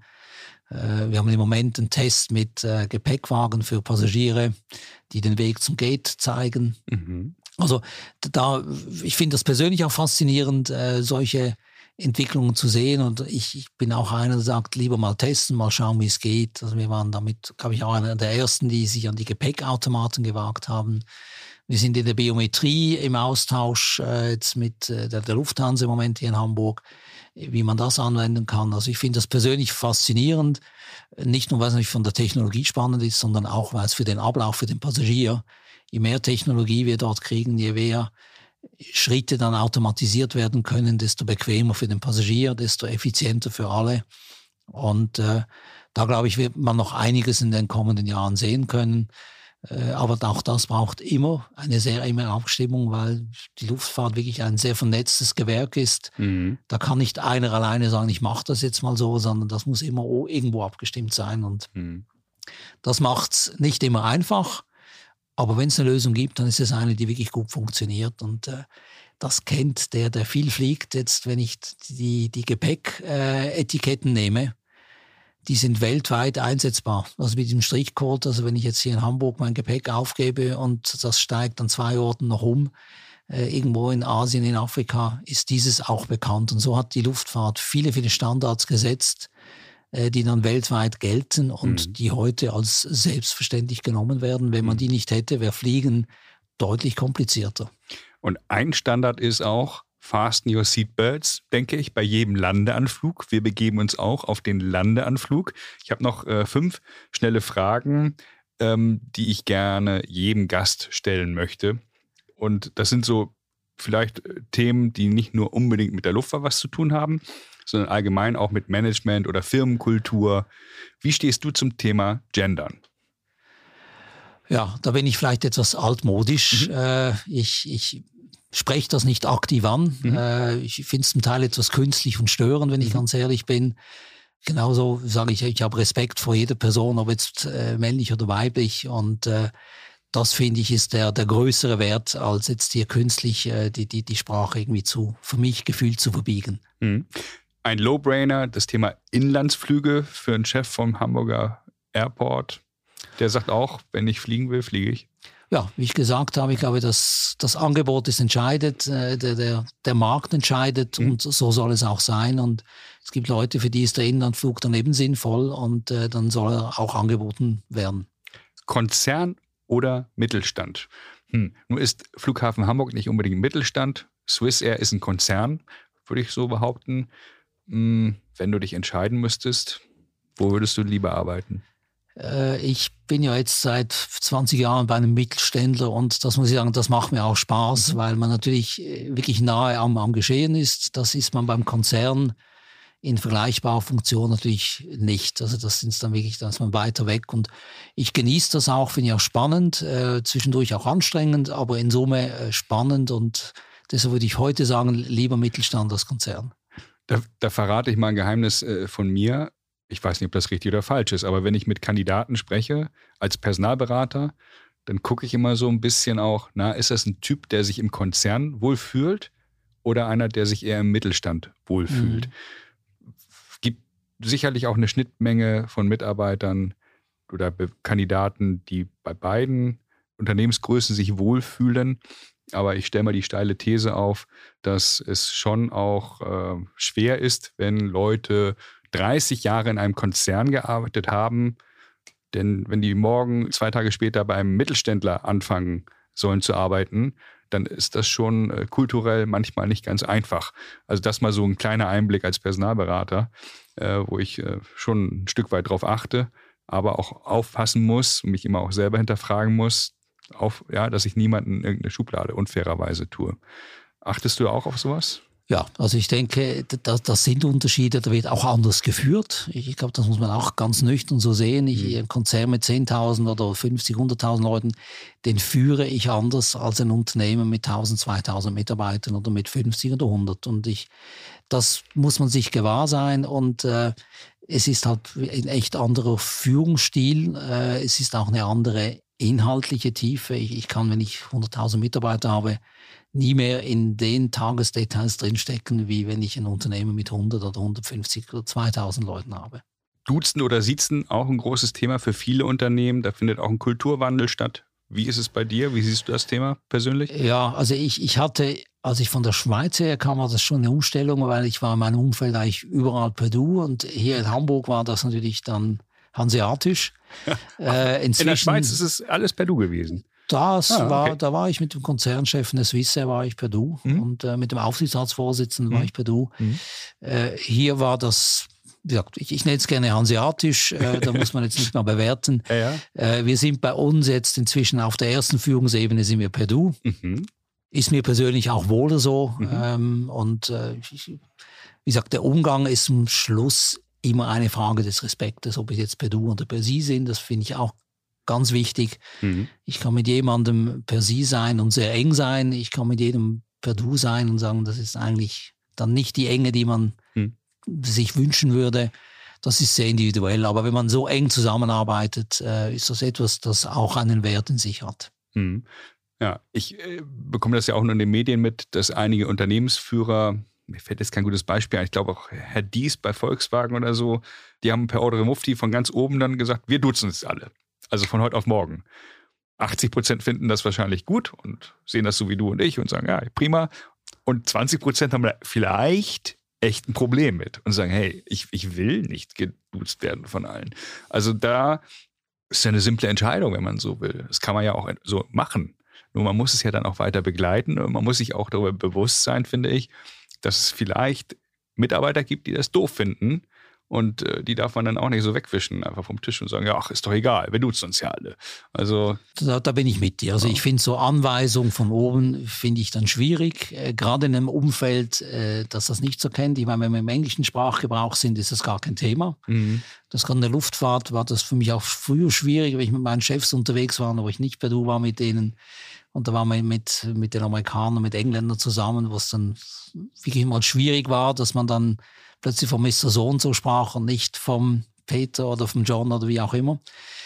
Wir haben im Moment einen Test mit Gepäckwagen für Passagiere, die den Weg zum Gate zeigen. Mhm. Also da, ich finde das persönlich auch faszinierend, solche Entwicklungen zu sehen, und ich, ich bin auch einer, der sagt, lieber mal testen, mal schauen, wie es geht. Also wir waren damit, glaube ich, auch einer der ersten, die sich an die Gepäckautomaten gewagt haben. Wir sind in der Biometrie im Austausch äh, jetzt mit äh, der, der Lufthansa im Moment hier in Hamburg, wie man das anwenden kann. Also ich finde das persönlich faszinierend, nicht nur, weil es natürlich von der Technologie spannend ist, sondern auch, weil es für den Ablauf, für den Passagier, je mehr Technologie wir dort kriegen, je mehr Schritte dann automatisiert werden können, desto bequemer für den Passagier, desto effizienter für alle. Und äh, da, glaube ich, wird man noch einiges in den kommenden Jahren sehen können. Äh, aber auch das braucht immer eine sehr enge Abstimmung, weil die Luftfahrt wirklich ein sehr vernetztes Gewerk ist. Mhm. Da kann nicht einer alleine sagen, ich mache das jetzt mal so, sondern das muss immer irgendwo abgestimmt sein. Und mhm. das macht es nicht immer einfach. Aber wenn es eine Lösung gibt, dann ist es eine, die wirklich gut funktioniert. Und äh, das kennt der, der viel fliegt. Jetzt, wenn ich die, die Gepäcketiketten äh, nehme, die sind weltweit einsetzbar. Also mit dem Strichcode, also wenn ich jetzt hier in Hamburg mein Gepäck aufgebe und das steigt an zwei Orten noch um, äh, irgendwo in Asien, in Afrika, ist dieses auch bekannt. Und so hat die Luftfahrt viele, viele Standards gesetzt, die dann weltweit gelten und mhm. die heute als selbstverständlich genommen werden. Wenn man die nicht hätte, wäre Fliegen deutlich komplizierter. Und ein Standard ist auch, fasten your seatbelts, denke ich, bei jedem Landeanflug. Wir begeben uns auch auf den Landeanflug. Ich habe noch äh, fünf schnelle Fragen, ähm, die ich gerne jedem Gast stellen möchte. Und das sind so vielleicht Themen, die nicht nur unbedingt mit der Luftfahrt was zu tun haben, sondern allgemein auch mit Management oder Firmenkultur. Wie stehst du zum Thema Gendern? Ja, da bin ich vielleicht etwas altmodisch. Mhm. Äh, ich, ich spreche das nicht aktiv an. Mhm. Äh, ich finde es zum Teil etwas künstlich und störend, wenn ich mhm. ganz ehrlich bin. Genauso sage ich, ich habe Respekt vor jeder Person, ob jetzt äh, männlich oder weiblich. Und äh, das, finde ich, ist der, der größere Wert, als jetzt hier künstlich äh, die, die, die Sprache irgendwie zu, für mich gefühlt zu verbiegen. Mhm. Ein Low-Brainer, das Thema Inlandsflüge für einen Chef vom Hamburger Airport. Der sagt auch, wenn ich fliegen will, fliege ich. Ja, wie ich gesagt habe, ich glaube, das, das Angebot ist entscheidend, äh, der, der, der Markt entscheidet mhm. und so soll es auch sein. Und es gibt Leute, für die ist der Inlandsflug daneben sinnvoll und äh, dann soll er auch angeboten werden. Konzern oder Mittelstand? Hm. Nun ist Flughafen Hamburg nicht unbedingt Mittelstand. Swissair ist ein Konzern, würde ich so behaupten. Hm, wenn du dich entscheiden müsstest, wo würdest du lieber arbeiten? Äh, ich bin ja jetzt seit zwanzig Jahren bei einem Mittelständler und das muss ich sagen, das macht mir auch Spaß, mhm. weil man natürlich wirklich nahe am, am Geschehen ist. Das ist man beim Konzern in vergleichbarer Funktion natürlich nicht. Also das sind dann wirklich, da ist man weiter weg und ich genieße das auch, finde ich auch spannend, äh, zwischendurch auch anstrengend, aber in Summe äh, spannend und deshalb würde ich heute sagen, lieber Mittelstand als Konzern. Da, da verrate ich mal ein Geheimnis äh, von mir. Ich weiß nicht, ob das richtig oder falsch ist, aber wenn ich mit Kandidaten spreche, als Personalberater, dann gucke ich immer so ein bisschen auch, na, ist das ein Typ, der sich im Konzern wohlfühlt oder einer, der sich eher im Mittelstand wohlfühlt? Mhm. Gibt sicherlich auch eine Schnittmenge von Mitarbeitern oder Be- Kandidaten, die bei beiden Unternehmensgrößen sich wohlfühlen. Aber ich stelle mal die steile These auf, dass es schon auch äh, schwer ist, wenn Leute dreißig Jahre in einem Konzern gearbeitet haben. Denn wenn die morgen, zwei Tage später beim Mittelständler anfangen sollen zu arbeiten, dann ist das schon äh, kulturell manchmal nicht ganz einfach. Also das mal so ein kleiner Einblick als Personalberater, äh, wo ich äh, schon ein Stück weit drauf achte, aber auch aufpassen muss, mich immer auch selber hinterfragen muss, auf, ja, dass ich niemanden in irgendeine Schublade unfairerweise tue. Achtest du auch auf sowas? Ja, also ich denke, das, das sind Unterschiede, da wird auch anders geführt. Ich, ich glaube, das muss man auch ganz nüchtern so sehen. Ich, mhm. Ein Konzern mit zehntausend oder fünfzig, hunderttausend Leuten, den führe ich anders als ein Unternehmen mit tausend, zweitausend Mitarbeitern oder mit fünfzig oder hundert. Und ich, das muss man sich gewahr sein und äh, es ist halt ein echt anderer Führungsstil. Äh, es ist auch eine andere inhaltliche Tiefe. Ich, ich kann, wenn ich hunderttausend Mitarbeiter habe, nie mehr in den Tagesdetails drinstecken, wie wenn ich ein Unternehmen mit hundert oder hundertfünfzig oder zweitausend Leuten habe. Duzen oder Siezen, auch ein großes Thema für viele Unternehmen. Da findet auch ein Kulturwandel statt. Wie ist es bei dir? Wie siehst du das Thema persönlich? Ja, also ich, ich hatte, als ich von der Schweiz her kam, war das schon eine Umstellung, weil ich war in meinem Umfeld eigentlich überall per Du und hier in Hamburg war das natürlich dann hanseatisch. äh, in der Schweiz ist es alles per Du gewesen. Das ah, okay. war, da war ich mit dem Konzernchef in der Swissair war ich per Du mhm. und äh, mit dem Aufsichtsratsvorsitzenden mhm. war ich per Du. Mhm. Äh, hier war das, wie gesagt, ich, ich nenne es gerne hanseatisch, äh, da muss man jetzt nicht mal bewerten. Ja, ja. Äh, wir sind bei uns jetzt inzwischen auf der ersten Führungsebene sind wir per Du. Mhm. Ist mir persönlich auch wohler so. Mhm. Ähm, und äh, ich, wie gesagt, der Umgang ist zum Schluss immer eine Frage des Respektes, ob es jetzt per Du oder per Sie sind, das finde ich auch ganz wichtig. Mhm. Ich kann mit jemandem per Sie sein und sehr eng sein. Ich kann mit jedem per Du sein und sagen, das ist eigentlich dann nicht die Enge, die man mhm. sich wünschen würde. Das ist sehr individuell. Aber wenn man so eng zusammenarbeitet, äh, ist das etwas, das auch einen Wert in sich hat. Mhm. Ja, ich äh, bekomme das ja auch nur in den Medien mit, dass einige Unternehmensführer, mir fällt jetzt kein gutes Beispiel ein, ich glaube auch Herr Dies bei Volkswagen oder so, die haben per Ordre Mufti von ganz oben dann gesagt, wir duzen es alle. Also von heute auf morgen. achtzig Prozent finden das wahrscheinlich gut und sehen das so wie du und ich und sagen, ja, prima. Und zwanzig Prozent haben da vielleicht echt ein Problem mit und sagen, hey, ich, ich will nicht geduzt werden von allen. Also da ist ja eine simple Entscheidung, wenn man so will. Das kann man ja auch so machen. Nur man muss es ja dann auch weiter begleiten und man muss sich auch darüber bewusst sein, finde ich, dass es vielleicht Mitarbeiter gibt, die das doof finden. Und äh, die darf man dann auch nicht so wegwischen, einfach vom Tisch und sagen, ja, ach, ist doch egal, wir duzen uns ja alle. Also da, da bin ich mit dir. Also ja. Ich finde so Anweisungen von oben, finde ich dann schwierig, äh, gerade in einem Umfeld, äh, das das nicht so kennt. Ich meine, wenn wir im englischen Sprachgebrauch sind, ist das gar kein Thema. Mhm. Das kann in der Luftfahrt, war das für mich auch früher schwierig, wenn ich mit meinen Chefs unterwegs war, wo ich nicht per Du war mit denen. Und da waren wir mit, mit den Amerikanern, mit Engländern zusammen, wo es dann wirklich mal schwierig war, dass man dann plötzlich vom Mister So und so sprach und nicht vom Peter oder vom John oder wie auch immer.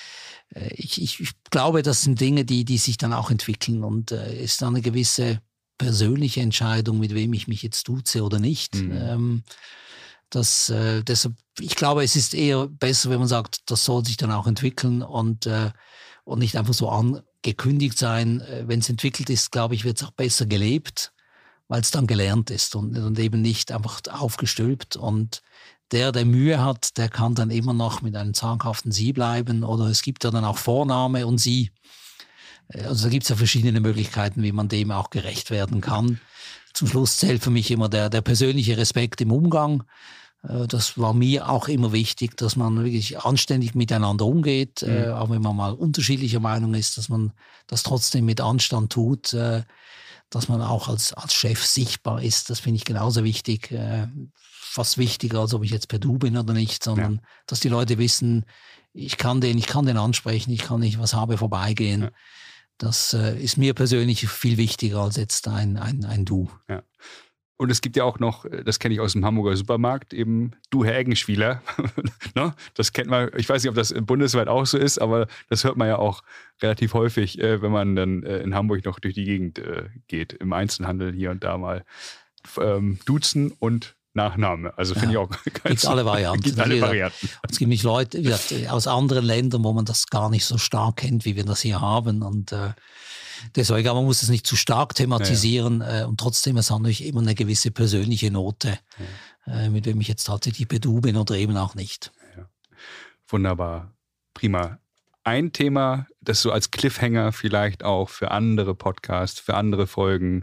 Ich, ich, ich glaube, das sind Dinge, die, die sich dann auch entwickeln und es äh, ist dann eine gewisse persönliche Entscheidung, mit wem ich mich jetzt duze oder nicht. Mhm. Ähm, das, äh, deshalb, ich glaube, es ist eher besser, wenn man sagt, das soll sich dann auch entwickeln und, äh, und nicht einfach so angekündigt sein. Wenn es entwickelt ist, glaube ich, wird es auch besser gelebt, weil es dann gelernt ist und, und eben nicht einfach aufgestülpt. Und der, der Mühe hat, der kann dann immer noch mit einem zaghaften Sie bleiben oder es gibt ja dann auch Vorname und Sie. Also da gibt es ja verschiedene Möglichkeiten, wie man dem auch gerecht werden kann. Zum Schluss zählt für mich immer der, der persönliche Respekt im Umgang. Das war mir auch immer wichtig, dass man wirklich anständig miteinander umgeht, mhm. äh, auch wenn man mal unterschiedlicher Meinung ist, dass man das trotzdem mit Anstand tut, äh, dass man auch als, als Chef sichtbar ist. Das finde ich genauso wichtig, äh, fast wichtiger, als ob ich jetzt per Du bin oder nicht, sondern ja. dass die Leute wissen, ich kann den, ich kann den ansprechen, ich kann nicht was habe vorbeigehen. Ja. Das äh, ist mir persönlich viel wichtiger als jetzt ein, ein, ein Du. Ja. Und es gibt ja auch noch, das kenne ich aus dem Hamburger Supermarkt, eben du, Herr Eggenschwieler. Ne? Das kennt man, ich weiß nicht, ob das bundesweit auch so ist, aber das hört man ja auch relativ häufig, wenn man dann in Hamburg noch durch die Gegend geht, im Einzelhandel hier und da mal. Ähm, duzen und Nachname. Also finde ja. ich auch ganz Gibt alle Varianten. Gibt alle Varianten. Es gibt nicht Leute wie gesagt, aus anderen Ländern, wo man das gar nicht so stark kennt, wie wir das hier haben. Und äh, deswegen, aber man muss es nicht zu stark thematisieren. Ja, ja. Äh, und trotzdem, es hat natürlich immer eine gewisse persönliche Note, ja. äh, mit dem ich jetzt tatsächlich bedu bin oder eben auch nicht. Ja. Wunderbar. Prima. Ein Thema, das so als Cliffhanger vielleicht auch für andere Podcasts, für andere Folgen.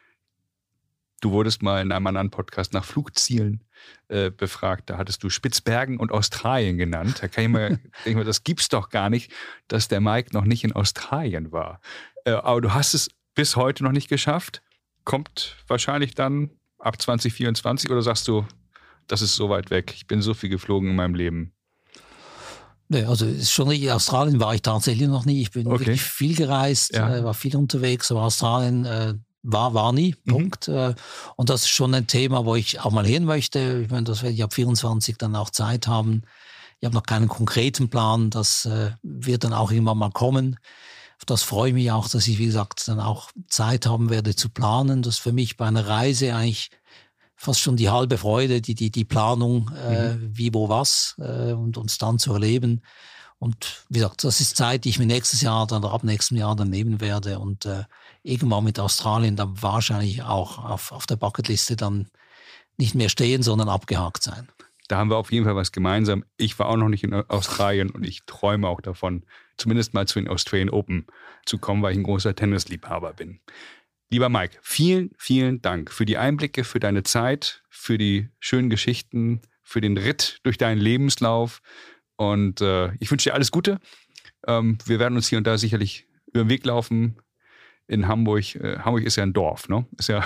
Du wurdest mal in einem anderen Podcast nach Flugzielen äh, befragt. Da hattest du Spitzbergen und Australien genannt. Da kann ich mir denken, das gibt's doch gar nicht, dass der Mike noch nicht in Australien war. Äh, aber du hast es bis heute noch nicht geschafft. Kommt wahrscheinlich dann ab zwanzig vierundzwanzig oder sagst du, das ist so weit weg. Ich bin so viel geflogen in meinem Leben. Nee, also ist schon in Australien war ich tatsächlich noch nie. Ich bin okay. wirklich viel gereist, ja. äh, war viel unterwegs, aber Australien äh, war, war nie, Punkt. Mhm. Und das ist schon ein Thema, wo ich auch mal hin möchte. Ich meine, das werde ich ab vierundzwanzig dann auch Zeit haben. Ich habe noch keinen konkreten Plan. Das äh, wird dann auch irgendwann mal kommen. Auf das freue ich mich auch, dass ich, wie gesagt, dann auch Zeit haben werde zu planen. Das ist für mich bei einer Reise eigentlich fast schon die halbe Freude, die, die, die Planung, äh, mhm. wie, wo, was äh, und uns dann zu erleben. Und wie gesagt, das ist Zeit, die ich mir nächstes Jahr dann oder ab nächstem Jahr dann nehmen werde und äh, irgendwann mit Australien dann wahrscheinlich auch auf, auf der Bucketliste dann nicht mehr stehen, sondern abgehakt sein. Da haben wir auf jeden Fall was gemeinsam. Ich war auch noch nicht in Australien und ich träume auch davon, zumindest mal zu den Australian Open zu kommen, weil ich ein großer Tennisliebhaber bin. Lieber Mike, vielen, vielen Dank für die Einblicke, für deine Zeit, für die schönen Geschichten, für den Ritt durch deinen Lebenslauf. Und äh, ich wünsche dir alles Gute. Ähm, wir werden uns hier und da sicherlich über den Weg laufen. In Hamburg. Äh, Hamburg ist ja ein Dorf, ne? Ist ja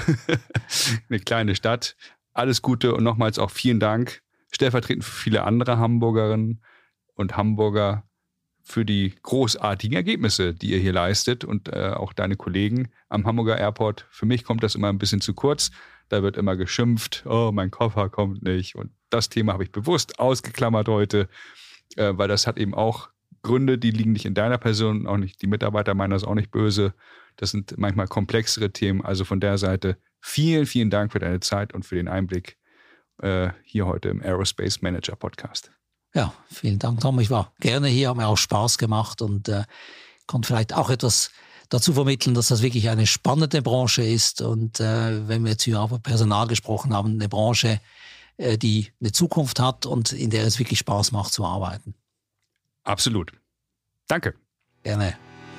eine kleine Stadt. Alles Gute und nochmals auch vielen Dank, stellvertretend für viele andere Hamburgerinnen und Hamburger, für die großartigen Ergebnisse, die ihr hier leistet und äh, auch deine Kollegen am Hamburger Airport. Für mich kommt das immer ein bisschen zu kurz. Da wird immer geschimpft, oh, mein Koffer kommt nicht. Und das Thema habe ich bewusst ausgeklammert heute, äh, weil das hat eben auch Gründe, die liegen nicht in deiner Person, auch nicht die Mitarbeiter meiner ist auch nicht böse. Das sind manchmal komplexere Themen. Also von der Seite vielen, vielen Dank für deine Zeit und für den Einblick äh, hier heute im Aerospace Manager Podcast. Ja, vielen Dank, Tom. Ich war gerne hier, hat mir auch Spaß gemacht und äh, konnte vielleicht auch etwas dazu vermitteln, dass das wirklich eine spannende Branche ist. Und äh, wenn wir jetzt hier über Personal gesprochen haben, eine Branche, äh, die eine Zukunft hat und in der es wirklich Spaß macht zu arbeiten. Absolut. Danke. Gerne.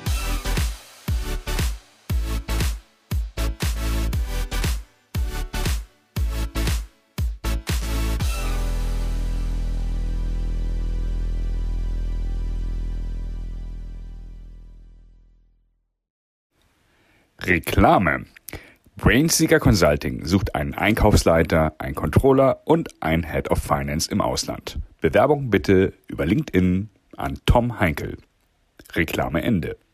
Reklame. Brainseeker Consulting sucht einen Einkaufsleiter, einen Controller und einen Head of Finance im Ausland. Bewerbung bitte über LinkedIn an Tom Heinkel. Reklame Ende.